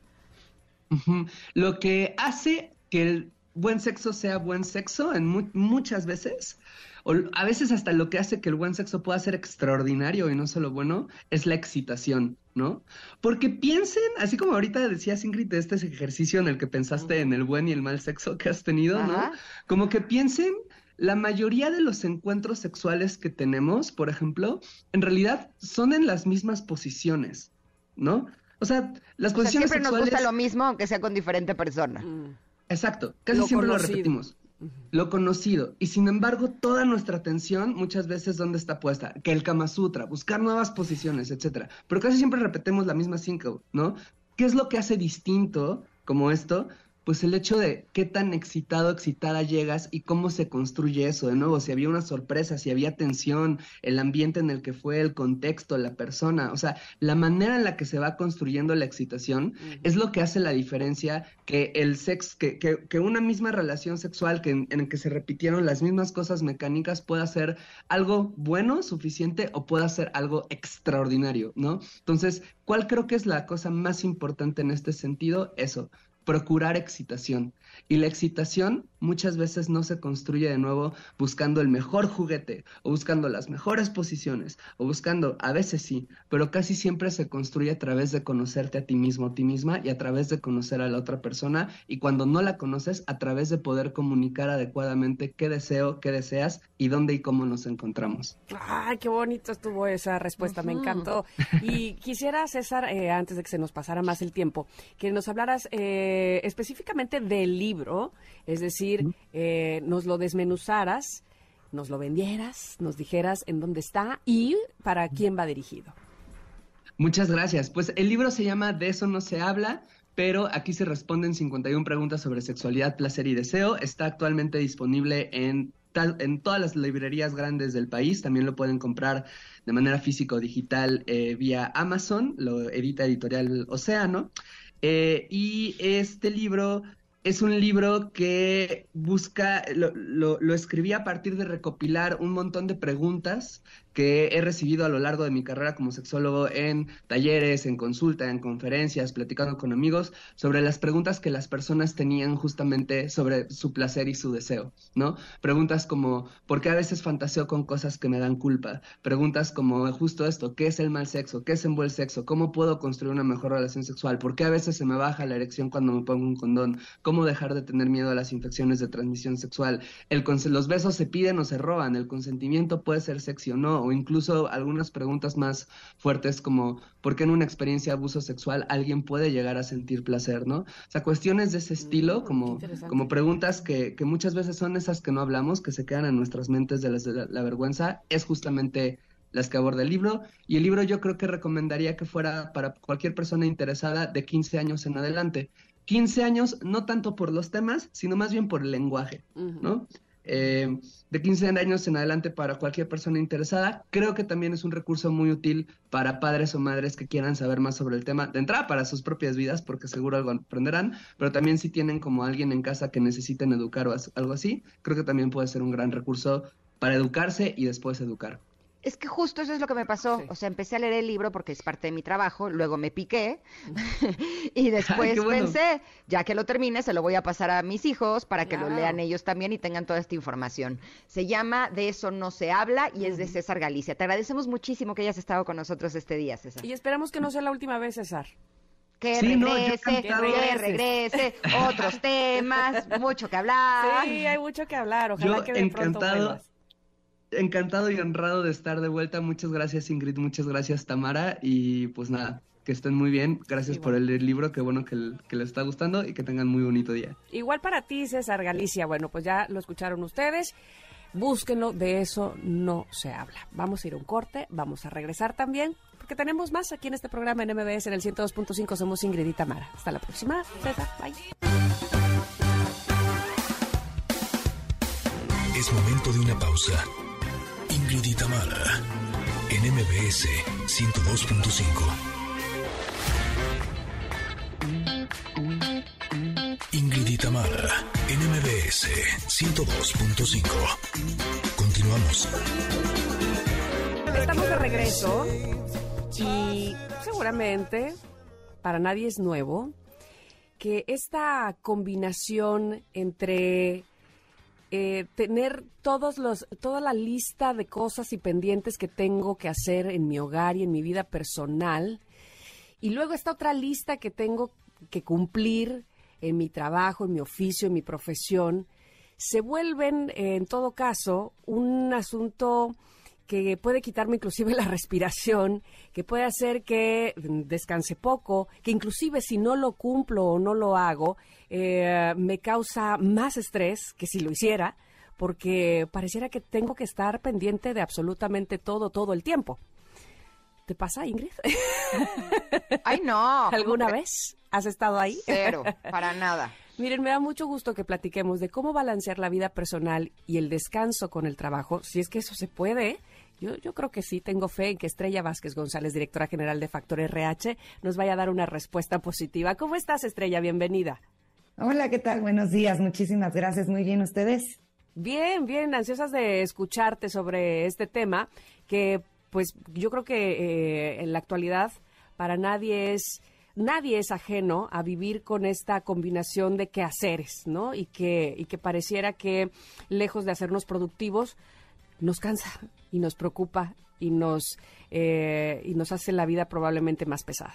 Uh-huh. Lo que hace que el buen sexo sea buen sexo en mu- muchas veces, o a veces hasta lo que hace que el buen sexo pueda ser extraordinario y no solo bueno, es la excitación, ¿no? Porque piensen, así como ahorita decías, Ingrid, de este ejercicio en el que pensaste uh-huh. en el buen y el mal sexo que has tenido, uh-huh. ¿no? Como que piensen... La mayoría de los encuentros sexuales que tenemos, por ejemplo, en realidad son en las mismas posiciones, ¿no? O sea, las o posiciones sea, siempre sexuales... nos gusta lo mismo, aunque sea con diferente persona. Exacto, casi lo siempre conocido. lo repetimos. Uh-huh. Lo conocido. Y sin embargo, toda nuestra atención muchas veces, ¿dónde está puesta? Que el Kama Sutra, buscar nuevas posiciones, etcétera. Pero casi siempre repetimos la misma cinco, ¿no? ¿Qué es lo que hace distinto como esto? Pues el hecho de qué tan excitado, excitada llegas y cómo se construye eso. De nuevo, si había una sorpresa, si había tensión, el ambiente en el que fue, el contexto, la persona. O sea, la manera en la que se va construyendo la excitación uh-huh. es lo que hace la diferencia que el sexo, que, que, que una misma relación sexual que en, en la que se repitieron las mismas cosas mecánicas pueda ser algo bueno, suficiente, o pueda ser algo extraordinario, ¿no? Entonces, ¿cuál creo que es la cosa más importante en este sentido? Eso. Procurar excitación. Y la excitación muchas veces no se construye de nuevo buscando el mejor juguete o buscando las mejores posiciones o buscando, a veces sí, pero casi siempre se construye a través de conocerte a ti mismo, a ti misma y a través de conocer a la otra persona, y cuando no la conoces, a través de poder comunicar adecuadamente qué deseo, qué deseas y dónde y cómo nos encontramos. Ay, qué bonito estuvo esa respuesta, uh-huh. me encantó. Y quisiera, César, eh, antes de que se nos pasara más el tiempo, que nos hablaras eh, específicamente del libro, es decir, eh, nos lo desmenuzaras, nos lo vendieras, nos dijeras en dónde está y para quién va dirigido. Muchas gracias. Pues el libro se llama De eso no se habla, pero aquí se responden cincuenta y una preguntas sobre sexualidad, placer y deseo. Está actualmente disponible en, en todas las librerías grandes del país. También lo pueden comprar de manera física o digital eh, vía Amazon, lo edita Editorial Océano. Eh, y este libro es un libro que busca, lo, lo, lo escribí a partir de recopilar un montón de preguntas que he recibido a lo largo de mi carrera como sexólogo en talleres, en consulta, en conferencias, platicando con amigos, sobre las preguntas que las personas tenían justamente sobre su placer y su deseo, ¿no? Preguntas como, ¿por qué a veces fantaseo con cosas que me dan culpa? Preguntas como justo esto, ¿qué es el mal sexo? ¿Qué es un buen sexo? ¿Cómo puedo construir una mejor relación sexual? ¿Por qué a veces se me baja la erección cuando me pongo un condón? ¿Cómo dejar de tener miedo a las infecciones de transmisión sexual? El los besos se piden o se roban, el consentimiento puede ser sexy o no, o incluso algunas preguntas más fuertes como ¿por qué en una experiencia de abuso sexual alguien puede llegar a sentir placer, ¿no? O sea, cuestiones de ese estilo, Mm, como, como preguntas que, que muchas veces son esas que no hablamos, que se quedan en nuestras mentes de, las, de la, la vergüenza, es justamente las que aborda el libro. Y el libro yo creo que recomendaría que fuera para cualquier persona interesada de quince años en adelante. quince años, no tanto por los temas, sino más bien por el lenguaje, ¿no? Eh, de quince años en adelante para cualquier persona interesada. Creo que también es un recurso muy útil para padres o madres que quieran saber más sobre el tema, de entrada para sus propias vidas, porque seguro algo aprenderán, pero también si tienen como alguien en casa que necesiten educar o algo así, creo que también puede ser un gran recurso para educarse y después educar. Es que justo eso es lo que me pasó. Sí. O sea, empecé a leer el libro porque es parte de mi trabajo, luego me piqué y después Ay, qué bueno. pensé, ya que lo termine, se lo voy a pasar a mis hijos para que Claro. lo lean ellos también y tengan toda esta información. Se llama De eso no se habla y es de César Galicia. Te agradecemos muchísimo que hayas estado con nosotros este día, César. Y esperamos que no sea la última vez, César. Que Sí, no, yo regrese, encantado. que regrese, otros temas, mucho que hablar. Sí, hay mucho que hablar. Ojalá Yo que de pronto encantado. vuelvas. Encantado y honrado de estar de vuelta. Muchas gracias, Ingrid. Muchas gracias, Tamara. Y pues nada, que estén muy bien. Gracias Sí, por bueno. el libro. Qué bueno que, que les está gustando y que tengan muy bonito día. Igual para ti, César Galicia. Bueno, pues ya lo escucharon ustedes. Búsquenlo, de eso no se habla. Vamos a ir a un corte, vamos a regresar también, porque tenemos más aquí en este programa en M B S en el ciento dos punto cinco. Somos Ingrid y Tamara. Hasta la próxima, César. Bye. Es momento de una pausa. Ingrid y Tamara, en M B S ciento dos punto cinco. Ingrid y Tamara, en M B S ciento dos punto cinco. Continuamos. Estamos de regreso y seguramente para nadie es nuevo que esta combinación entre eh, tener todos los, toda la lista de cosas y pendientes que tengo que hacer en mi hogar y en mi vida personal, y luego esta otra lista que tengo que cumplir en mi trabajo, en mi oficio, en mi profesión, se vuelven, eh, en todo caso, un asunto que puede quitarme inclusive la respiración, que puede hacer que descanse poco, que inclusive si no lo cumplo o no lo hago, eh, me causa más estrés que si lo hiciera, porque pareciera que tengo que estar pendiente de absolutamente todo, todo el tiempo. ¿Te pasa, Ingrid? Ay, no. ¿Alguna ¿cómo vez has estado ahí? Cero, para nada. Miren, me da mucho gusto que platiquemos de cómo balancear la vida personal y el descanso con el trabajo, si es que eso se puede. Yo, yo creo que sí, tengo fe en que Estrella Vázquez González, directora general de Factor R H, nos vaya a dar una respuesta positiva. ¿Cómo estás, Estrella? Bienvenida. Hola, ¿qué tal? Buenos días, muchísimas gracias. Muy bien, ¿ustedes? Bien, bien, ansiosas de escucharte sobre este tema, que pues yo creo que eh, en la actualidad para nadie es... Nadie es ajeno a vivir con esta combinación de quehaceres, ¿no? Y que, y que pareciera que, lejos de hacernos productivos, nos cansa y nos preocupa y nos, eh, y nos hace la vida probablemente más pesada.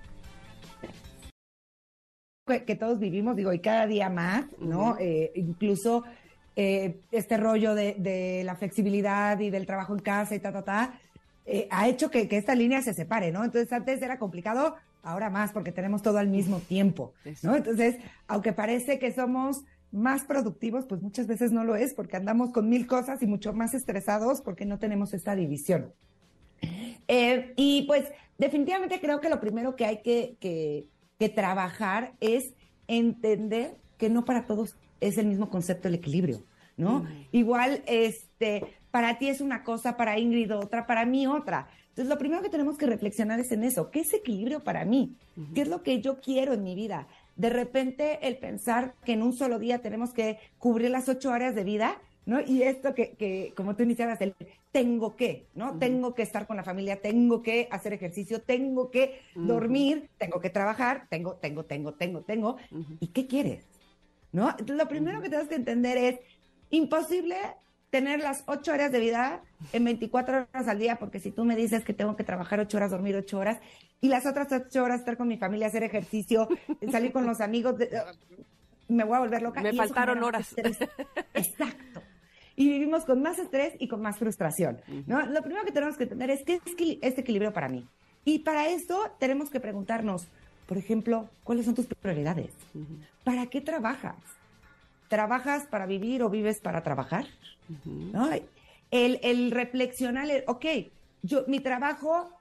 Que, que todos vivimos, digo, y cada día más, ¿no? Uh-huh. Eh, incluso eh, este rollo de, de la flexibilidad y del trabajo en casa y ta, ta, ta, eh, ha hecho que, que esta línea se separe, ¿no? Entonces antes era complicado, ahora más, porque tenemos todo al mismo tiempo, ¿no? Entonces, aunque parece que somos más productivos, pues muchas veces no lo es, porque andamos con mil cosas y mucho más estresados porque no tenemos esta división. Eh, y pues definitivamente creo que lo primero que hay que, que, que trabajar es entender que no para todos es el mismo concepto del equilibrio, ¿no? Mm. Igual, este, para ti es una cosa, para Ingrid otra, para mí otra. Entonces, lo primero que tenemos que reflexionar es en eso. ¿Qué es equilibrio para mí? Uh-huh. ¿Qué es lo que yo quiero en mi vida? De repente, el pensar que en un solo día tenemos que cubrir las ocho áreas de vida, ¿no? Y esto que, que como tú iniciabas, el tengo que, ¿no? Uh-huh. Tengo que estar con la familia, tengo que hacer ejercicio, tengo que uh-huh. dormir, tengo que trabajar, tengo, tengo, tengo, tengo, tengo. Uh-huh. ¿Y qué quieres? ¿No? Entonces, lo primero uh-huh. que tenemos que entender es imposible tener las ocho áreas de vida en veinticuatro horas al día, porque si tú me dices que tengo que trabajar ocho horas, dormir ocho horas, y las otras ocho horas estar con mi familia, hacer ejercicio, salir con los amigos, de, uh, me voy a volver loca. Me faltaron horas. Exacto. Y vivimos con más estrés y con más frustración, ¿no? Uh-huh. Lo primero que tenemos que entender es qué es este equilibrio para mí. Y para esto tenemos que preguntarnos, por ejemplo, ¿cuáles son tus prioridades? Uh-huh. ¿Para qué trabajas? ¿Trabajas para vivir o vives para trabajar? Uh-huh. ¿No? El, el reflexionar, el, ok, yo, mi trabajo,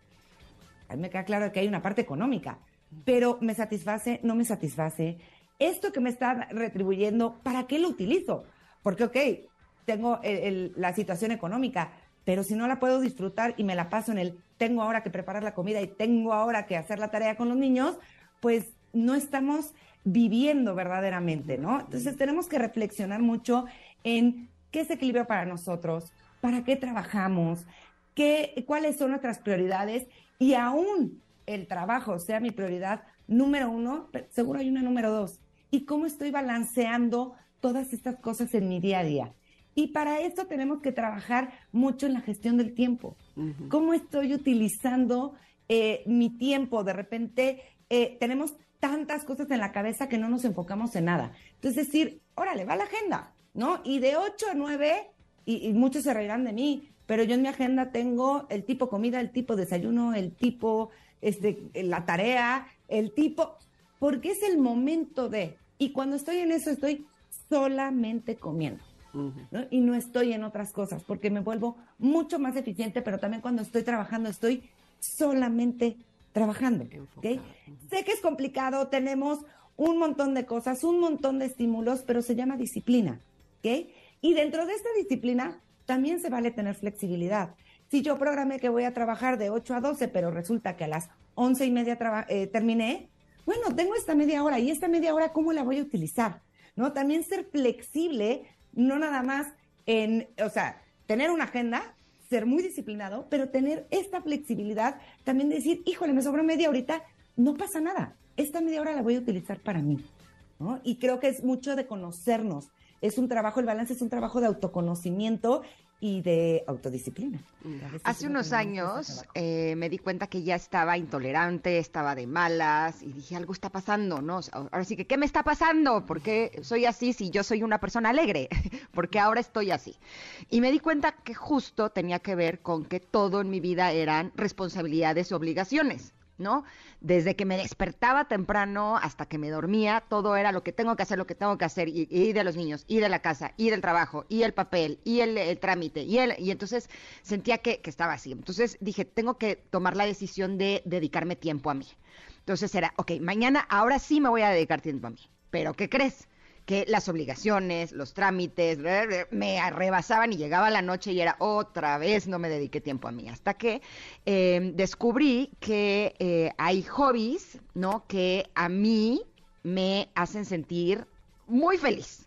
a mí me queda claro que hay una parte económica, uh-huh. pero ¿me satisface? ¿No me satisface? Esto que me está retribuyendo, ¿para qué lo utilizo? Porque, ok, tengo el, el, la situación económica, pero si no la puedo disfrutar y me la paso en el tengo ahora que preparar la comida y tengo ahora que hacer la tarea con los niños, pues no estamos viviendo verdaderamente, ¿no? Entonces tenemos que reflexionar mucho en qué es equilibrio para nosotros, para qué trabajamos, qué, cuáles son nuestras prioridades, y aún el trabajo sea mi prioridad número uno, seguro hay una número dos. ¿Y cómo estoy balanceando todas estas cosas en mi día a día? Y para esto tenemos que trabajar mucho en la gestión del tiempo. Uh-huh. ¿Cómo estoy utilizando eh, mi tiempo? De repente eh, tenemos tantas cosas en la cabeza que no nos enfocamos en nada. Entonces decir, órale, va la agenda, ¿no? Y de ocho a nueve, y, y muchos se reirán de mí, pero yo en mi agenda tengo el tipo comida, el tipo desayuno, el tipo, este, la tarea, el tipo, porque es el momento de, y cuando estoy en eso estoy solamente comiendo, uh-huh. ¿no? Y no estoy en otras cosas, porque me vuelvo mucho más eficiente, pero también cuando estoy trabajando estoy solamente trabajando, ¿okay? Sé que es complicado, tenemos un montón de cosas, un montón de estímulos, pero se llama disciplina, ¿ok? Y dentro de esta disciplina también se vale tener flexibilidad. Si yo programé que voy a trabajar de ocho a doce, pero resulta que a las once y media traba- eh, terminé, bueno, tengo esta media hora, y esta media hora, ¿cómo la voy a utilizar? ¿No? También ser flexible, no nada más en, o sea, tener una agenda, ser muy disciplinado, pero tener esta flexibilidad, también decir, híjole, me sobró media horita, no pasa nada, esta media hora la voy a utilizar para mí, ¿no? Y creo que es mucho de conocernos, es un trabajo, el balance es un trabajo de autoconocimiento y de autodisciplina. Hace unos años eh, me di cuenta que ya estaba intolerante, estaba de malas y dije, algo está pasando, ¿no? Ahora sí que, ¿qué me está pasando? ¿Por qué soy así si yo soy una persona alegre? Porque ahora estoy así. Y me di cuenta que justo tenía que ver con que todo en mi vida eran responsabilidades y obligaciones, ¿no? Desde que me despertaba temprano hasta que me dormía, todo era lo que tengo que hacer, lo que tengo que hacer, y, y de los niños, y de la casa, y del trabajo, y el papel, y el, el trámite, y el, y entonces sentía que, que estaba así. Entonces dije, tengo que tomar la decisión de dedicarme tiempo a mí. Entonces era, ok, mañana, ahora sí me voy a dedicar tiempo a mí. ¿Pero qué crees? Que las obligaciones, los trámites, me rebasaban y llegaba la noche y era otra vez no me dediqué tiempo a mí. Hasta que eh, descubrí que eh, hay hobbies, ¿no? Que a mí me hacen sentir muy feliz.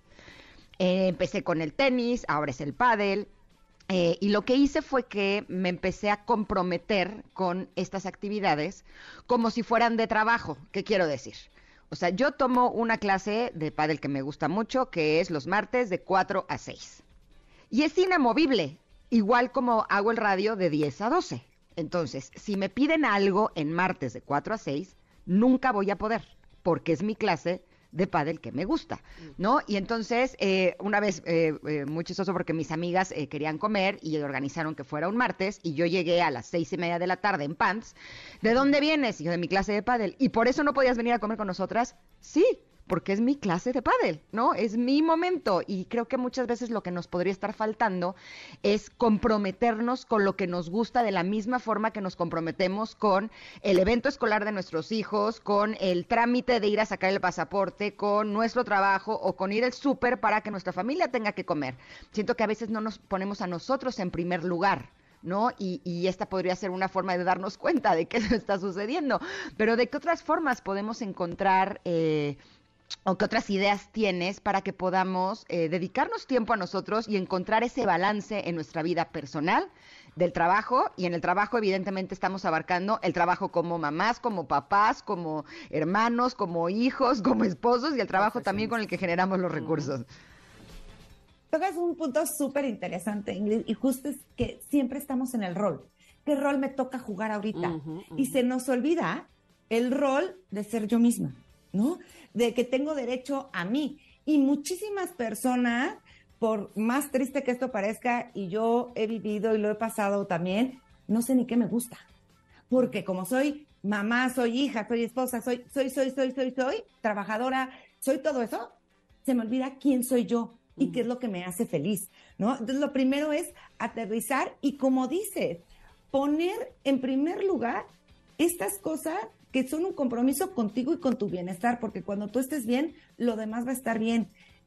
Eh, empecé con el tenis, ahora es el pádel. Eh, y lo que hice fue que me empecé a comprometer con estas actividades como si fueran de trabajo. ¿Qué quiero decir? O sea, yo tomo una clase de pádel que me gusta mucho, que es los martes de cuatro a seis. Y es inamovible, igual como hago el radio de diez a doce. Entonces, si me piden algo en martes de cuatro a seis, nunca voy a poder, porque es mi clase de pádel que me gusta, ¿no? Y entonces, eh, una vez, eh, eh, muy chistoso porque mis amigas eh, querían comer y organizaron que fuera un martes y yo llegué a las seis y media de la tarde en pants. ¿De dónde vienes? Y yo, de mi clase de pádel. ¿Y por eso no podías venir a comer con nosotras? Sí, porque es mi clase de pádel, ¿no? Es mi momento y creo que muchas veces lo que nos podría estar faltando es comprometernos con lo que nos gusta de la misma forma que nos comprometemos con el evento escolar de nuestros hijos, con el trámite de ir a sacar el pasaporte, con nuestro trabajo o con ir al súper para que nuestra familia tenga que comer. Siento que a veces no nos ponemos a nosotros en primer lugar, ¿no? Y, y esta podría ser una forma de darnos cuenta de que eso está sucediendo. Pero ¿de qué otras formas podemos encontrar eh, o qué otras ideas tienes para que podamos eh, dedicarnos tiempo a nosotros y encontrar ese balance en nuestra vida personal, del trabajo? Y en el trabajo evidentemente estamos abarcando el trabajo como mamás, como papás, como hermanos, como hijos, como esposos, y el trabajo también con el que generamos los recursos. Tocas un punto súper interesante, Ingrid, y justo es que siempre estamos en el rol. ¿Qué rol me toca jugar ahorita? Uh-huh, uh-huh. Y se nos olvida el rol de ser yo misma, ¿no? De que tengo derecho a mí. Y muchísimas personas, por más triste que esto parezca, y yo he vivido y lo he pasado también, no sé ni qué me gusta. Porque como soy mamá, soy hija, soy esposa, soy, soy, soy, soy, soy, soy, trabajadora, soy todo eso, se me olvida quién soy yo y qué es lo que me hace feliz, ¿no? Entonces, lo primero es aterrizar y, como dices, poner en primer lugar estas cosas que son un compromiso contigo y con tu bienestar, porque cuando tú estés bien, lo demás va a estar bien.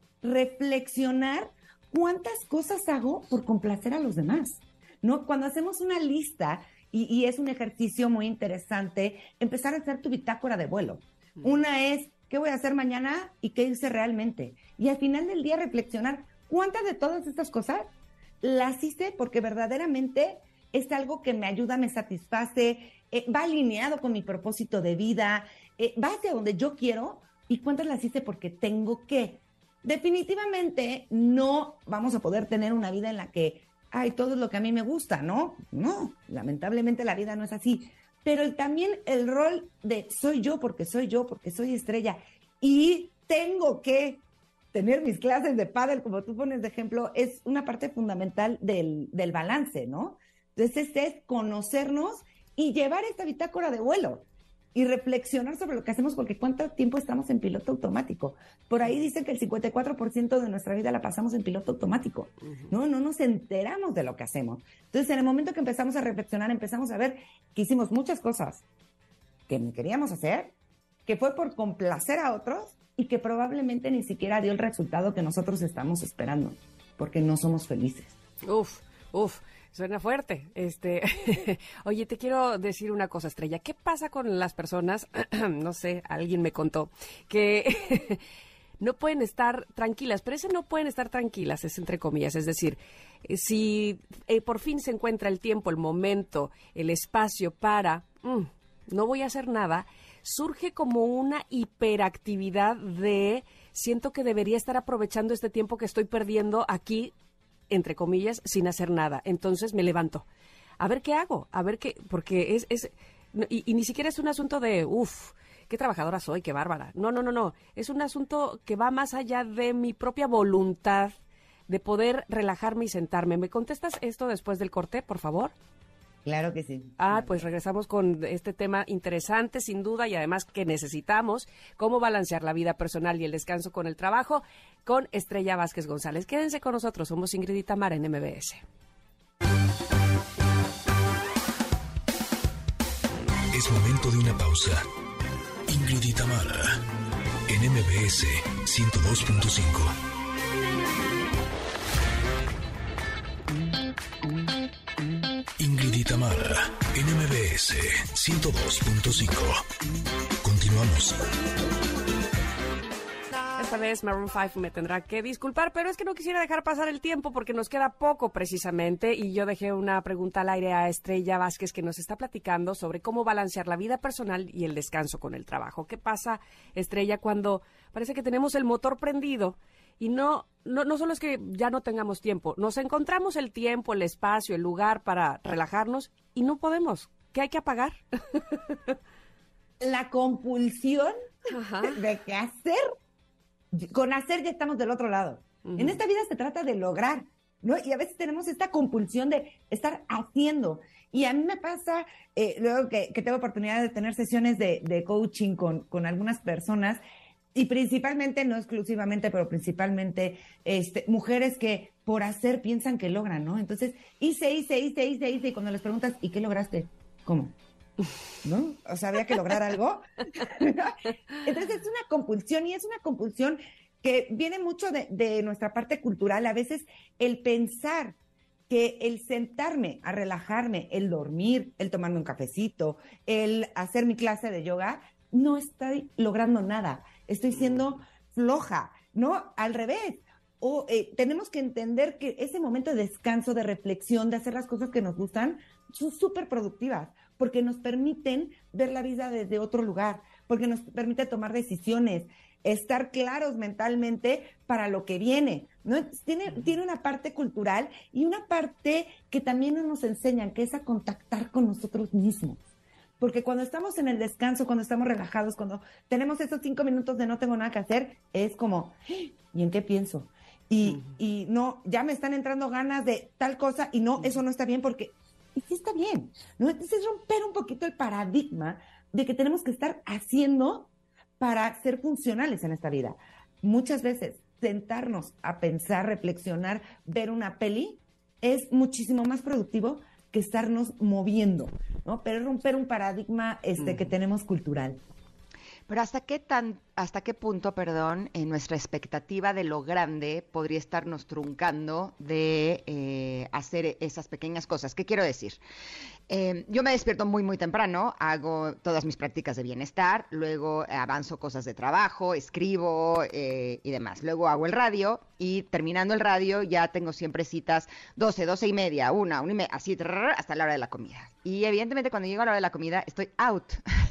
Reflexionar cuántas cosas hago por complacer a los demás, ¿no? Cuando hacemos una lista, y, y es un ejercicio muy interesante, empezar a hacer tu bitácora de vuelo. Una es, ¿qué voy a hacer mañana y qué hice realmente? Y al final del día reflexionar cuántas de todas estas cosas las hice porque verdaderamente es algo que me ayuda, me satisface, eh, va alineado con mi propósito de vida, eh, va hacia donde yo quiero, y cuántas las hice porque tengo que. Definitivamente no vamos a poder tener una vida en la que, ay, todo es lo que a mí me gusta, ¿no? No, lamentablemente la vida no es así. Pero el, también el rol de soy yo porque soy yo, porque soy Estrella, y tengo que tener mis clases de pádel, como tú pones de ejemplo, es una parte fundamental del, del balance, ¿no? Entonces, este es conocernos y llevar esta bitácora de vuelo y reflexionar sobre lo que hacemos, porque cuánto tiempo estamos en piloto automático. Por ahí dicen que el cincuenta y cuatro por ciento de nuestra vida la pasamos en piloto automático, ¿no? No nos enteramos de lo que hacemos. Entonces, en el momento que empezamos a reflexionar, empezamos a ver que hicimos muchas cosas que ni queríamos hacer, que fue por complacer a otros y que probablemente ni siquiera dio el resultado que nosotros estamos esperando, porque no somos felices. Uf, uf. Suena fuerte. Este, oye, te quiero decir una cosa, Estrella. ¿Qué pasa con las personas? No sé, alguien me contó que no pueden estar tranquilas, pero ese no pueden estar tranquilas es entre comillas. Es decir, si eh, por fin se encuentra el tiempo, el momento, el espacio para mm, no voy a hacer nada, surge como una hiperactividad de siento que debería estar aprovechando este tiempo que estoy perdiendo aquí, entre comillas, sin hacer nada. Entonces me levanto. A ver qué hago, a ver qué, porque es, es y, y ni siquiera es un asunto de, uff, qué trabajadora soy, qué bárbara. No, no, no, no. Es un asunto que va más allá de mi propia voluntad de poder relajarme y sentarme. ¿Me contestas esto después del corte, por favor? Claro que sí. Ah, pues regresamos con este tema interesante, sin duda, y además que necesitamos cómo balancear la vida personal y el descanso con el trabajo, con Estrella Vázquez González. Quédense con nosotros, somos Ingrid y Tamara en M B S. Es momento de una pausa. Ingrid y Tamara en M B S ciento dos punto cinco. Ingrid y Tamara en M B S ciento dos punto cinco. Continuamos. Esta vez Maroon cinco me tendrá que disculpar, pero es que no quisiera dejar pasar el tiempo porque nos queda poco precisamente, y yo dejé una pregunta al aire a Estrella Vázquez, que nos está platicando sobre cómo balancear la vida personal y el descanso con el trabajo. ¿Qué pasa, Estrella, cuando parece que tenemos el motor prendido y no, no, no solo es que ya no tengamos tiempo, nos encontramos el tiempo, el espacio, el lugar para relajarnos y no podemos? ¿Qué hay que apagar? La compulsión Ajá. de qué hacer. Con hacer ya estamos del otro lado. Uh-huh. En esta vida se trata de lograr, ¿no? Y a veces tenemos esta compulsión de estar haciendo. Y a mí me pasa, eh, luego que, que tengo oportunidad de tener sesiones de, de coaching con, con algunas personas, y principalmente, no exclusivamente, pero principalmente este, mujeres que por hacer piensan que logran, ¿no? Entonces, hice, hice, hice, hice, hice, y cuando les preguntas, ¿y qué lograste? ¿Cómo? ¿No? O sea, había que lograr algo. Entonces, es una compulsión, y es una compulsión que viene mucho de, de nuestra parte cultural. A veces el pensar que el sentarme a relajarme, el dormir, el tomarme un cafecito, el hacer mi clase de yoga, no estoy logrando nada, estoy siendo floja, ¿no? Al revés. O eh, tenemos que entender que ese momento de descanso, de reflexión, de hacer las cosas que nos gustan, son súper productivas, porque nos permiten ver la vida desde otro lugar, porque nos permite tomar decisiones, estar claros mentalmente para lo que viene, ¿no? Tiene, tiene una parte cultural y una parte que también nos enseñan, que es a contactar con nosotros mismos. Porque cuando estamos en el descanso, cuando estamos relajados, cuando tenemos esos cinco minutos de no tengo nada que hacer, es como, ¿y en qué pienso? Y, uh-huh. y no, ya me están entrando ganas de tal cosa y no, uh-huh. eso no está bien porque, y sí está bien, ¿no? Entonces romper un poquito el paradigma de que tenemos que estar haciendo para ser funcionales en esta vida. Muchas veces sentarnos a pensar, reflexionar, ver una peli es muchísimo más productivo que estarnos moviendo, ¿no? Pero es romper un paradigma este, uh-huh. que tenemos cultural. Pero ¿hasta qué tan, hasta qué punto, perdón, en nuestra expectativa de lo grande podría estarnos truncando de eh, hacer esas pequeñas cosas? ¿Qué quiero decir? Eh, yo me despierto muy, muy temprano, hago todas mis prácticas de bienestar, luego avanzo cosas de trabajo, escribo eh, y demás. Luego hago el radio y terminando el radio ya tengo siempre citas doce, doce y media, una, una y media, así trrr, hasta la hora de la comida. Y evidentemente cuando llego a la hora de la comida estoy out.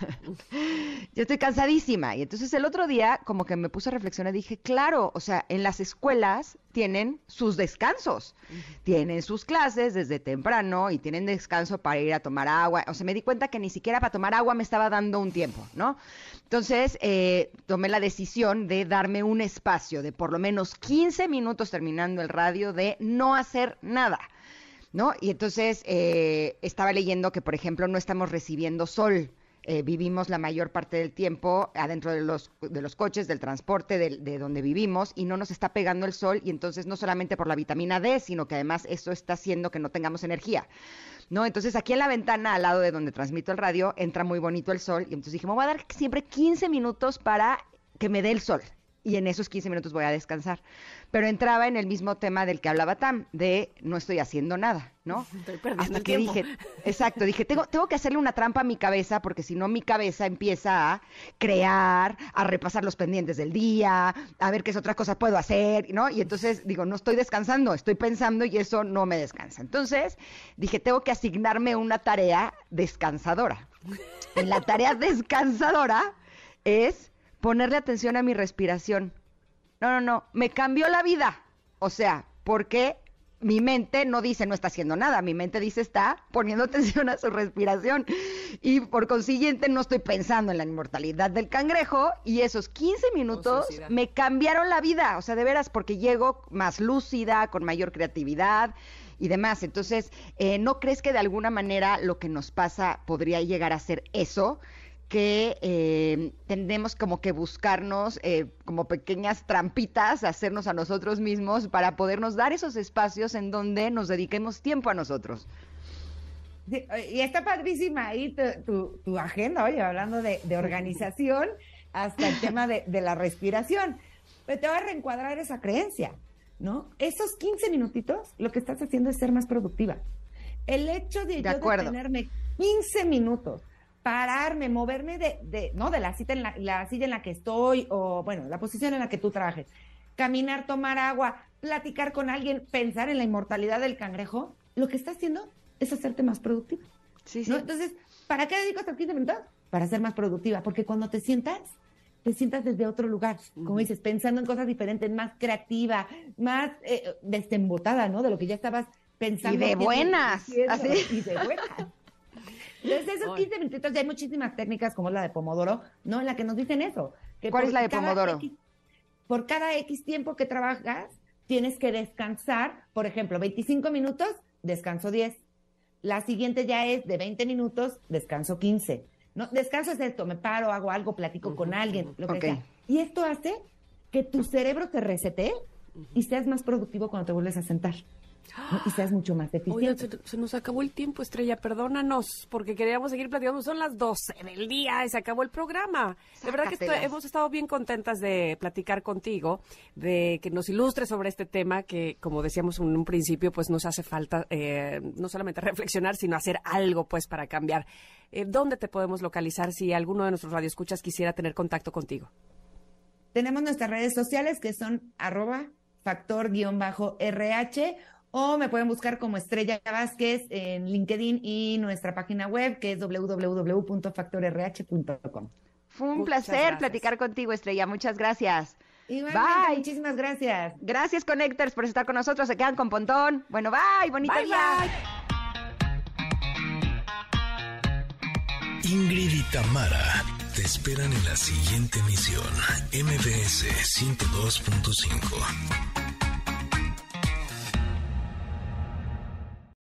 Yo estoy cansadísima. Y entonces el otro día como que me puse a reflexionar y dije, claro, o sea, en las escuelas tienen sus descansos, uh-huh. tienen sus clases desde temprano y tienen descanso para ir a tomar agua. O sea, me di cuenta que ni siquiera para tomar agua me estaba dando un tiempo, ¿no? Entonces, eh, tomé la decisión de darme un espacio de por lo menos quince minutos terminando el radio de no hacer nada, ¿no? Y entonces eh, estaba leyendo que, por ejemplo, no estamos recibiendo sol. Eh, vivimos la mayor parte del tiempo adentro de los, de los coches, del transporte, de, de donde vivimos, y no nos está pegando el sol, y entonces no solamente por la vitamina D, sino que además eso está haciendo que no tengamos energía, ¿no? Entonces aquí en la ventana, al lado de donde transmito el radio, entra muy bonito el sol, y entonces dije, me voy a dar siempre quince minutos para que me dé el sol, y en esos quince minutos voy a descansar. Pero entraba en el mismo tema del que hablaba Tam, de no estoy haciendo nada, ¿no? Estoy perdiendo Hasta el que tiempo. dije, exacto, dije, tengo, tengo que hacerle una trampa a mi cabeza, porque si no mi cabeza empieza a crear, a repasar los pendientes del día, a ver qué otras cosas puedo hacer, ¿no? Y entonces digo, no estoy descansando, estoy pensando y eso no me descansa. Entonces dije, tengo que asignarme una tarea descansadora. Y la tarea descansadora es ponerle atención a mi respiración. No, no, no, me cambió la vida. O sea, porque mi mente no dice no está haciendo nada, mi mente dice está poniendo atención a su respiración. Y por consiguiente no estoy pensando en la inmortalidad del cangrejo, y esos quince minutos me cambiaron la vida. O sea, de veras, porque llego más lúcida, con mayor creatividad y demás. Entonces, eh, ¿no crees que de alguna manera lo que nos pasa podría llegar a ser eso? Que eh, tendemos como que buscarnos eh, como pequeñas trampitas, hacernos a nosotros mismos para podernos dar esos espacios en donde nos dediquemos tiempo a nosotros. Sí, y está padrísima ahí tu, tu, tu agenda, oye, hablando de, de organización, hasta el tema de, de la respiración. Pero te va a reencuadrar esa creencia, ¿no? Esos quince minutitos, lo que estás haciendo es ser más productiva. El hecho de, de yo acuerdo. detenerme quince minutos, pararme, moverme de, de, ¿no? de la, cita en la, la silla en la que estoy, o bueno, la posición en la que tú trabajes, caminar, tomar agua, platicar con alguien, pensar en la inmortalidad del cangrejo, lo que está haciendo es hacerte más productiva. Sí, sí. ¿No? Entonces, ¿para qué dedico estos quince minutos? Para ser más productiva, porque cuando te sientas, te sientas desde otro lugar, como uh-huh. dices, pensando en cosas diferentes, más creativa, más eh, desembotada, ¿no? De lo que ya estabas pensando. Y de buenas. Así. Y de buenas. Entonces, esos quince minutitos, ya hay muchísimas técnicas como la de Pomodoro, ¿no? En la que nos dicen eso. Que ¿Cuál es la de Pomodoro? X, por cada X tiempo que trabajas, tienes que descansar, por ejemplo, veinticinco minutos, descanso diez. La siguiente ya es de veinte minutos, descanso quince. ¿No? Descanso es esto, me paro, hago algo, platico uh-huh, con alguien, lo que okay. sea. Y esto hace que tu cerebro te resete y seas más productivo cuando te vuelves a sentar. ¿no? Y seas mucho más eficiente. Oye, se, se nos acabó el tiempo, Estrella, perdónanos, porque queríamos seguir platicando. Son las doce del día y se acabó el programa. De verdad que estoy, hemos estado bien contentas de platicar contigo, de que nos ilustres sobre este tema que, como decíamos en un principio, pues nos hace falta eh, no solamente reflexionar, sino hacer algo pues para cambiar. Eh, ¿Dónde te podemos localizar si alguno de nuestros radioescuchas quisiera tener contacto contigo? Tenemos nuestras redes sociales que son arroba factor-R H o me pueden buscar como Estrella Vázquez en LinkedIn y nuestra página web que es doble u doble u doble u punto factor r h punto com. Fue un Muchas placer gracias. platicar contigo, Estrella. Muchas gracias. Igualmente, Bye. muchísimas gracias. Gracias, Connectors, por estar con nosotros. Se quedan con Pontón. Bueno, bye. Bonito Bye, día. bye. Ingrid y Tamara te esperan en la siguiente emisión. M B S ciento dos punto cinco.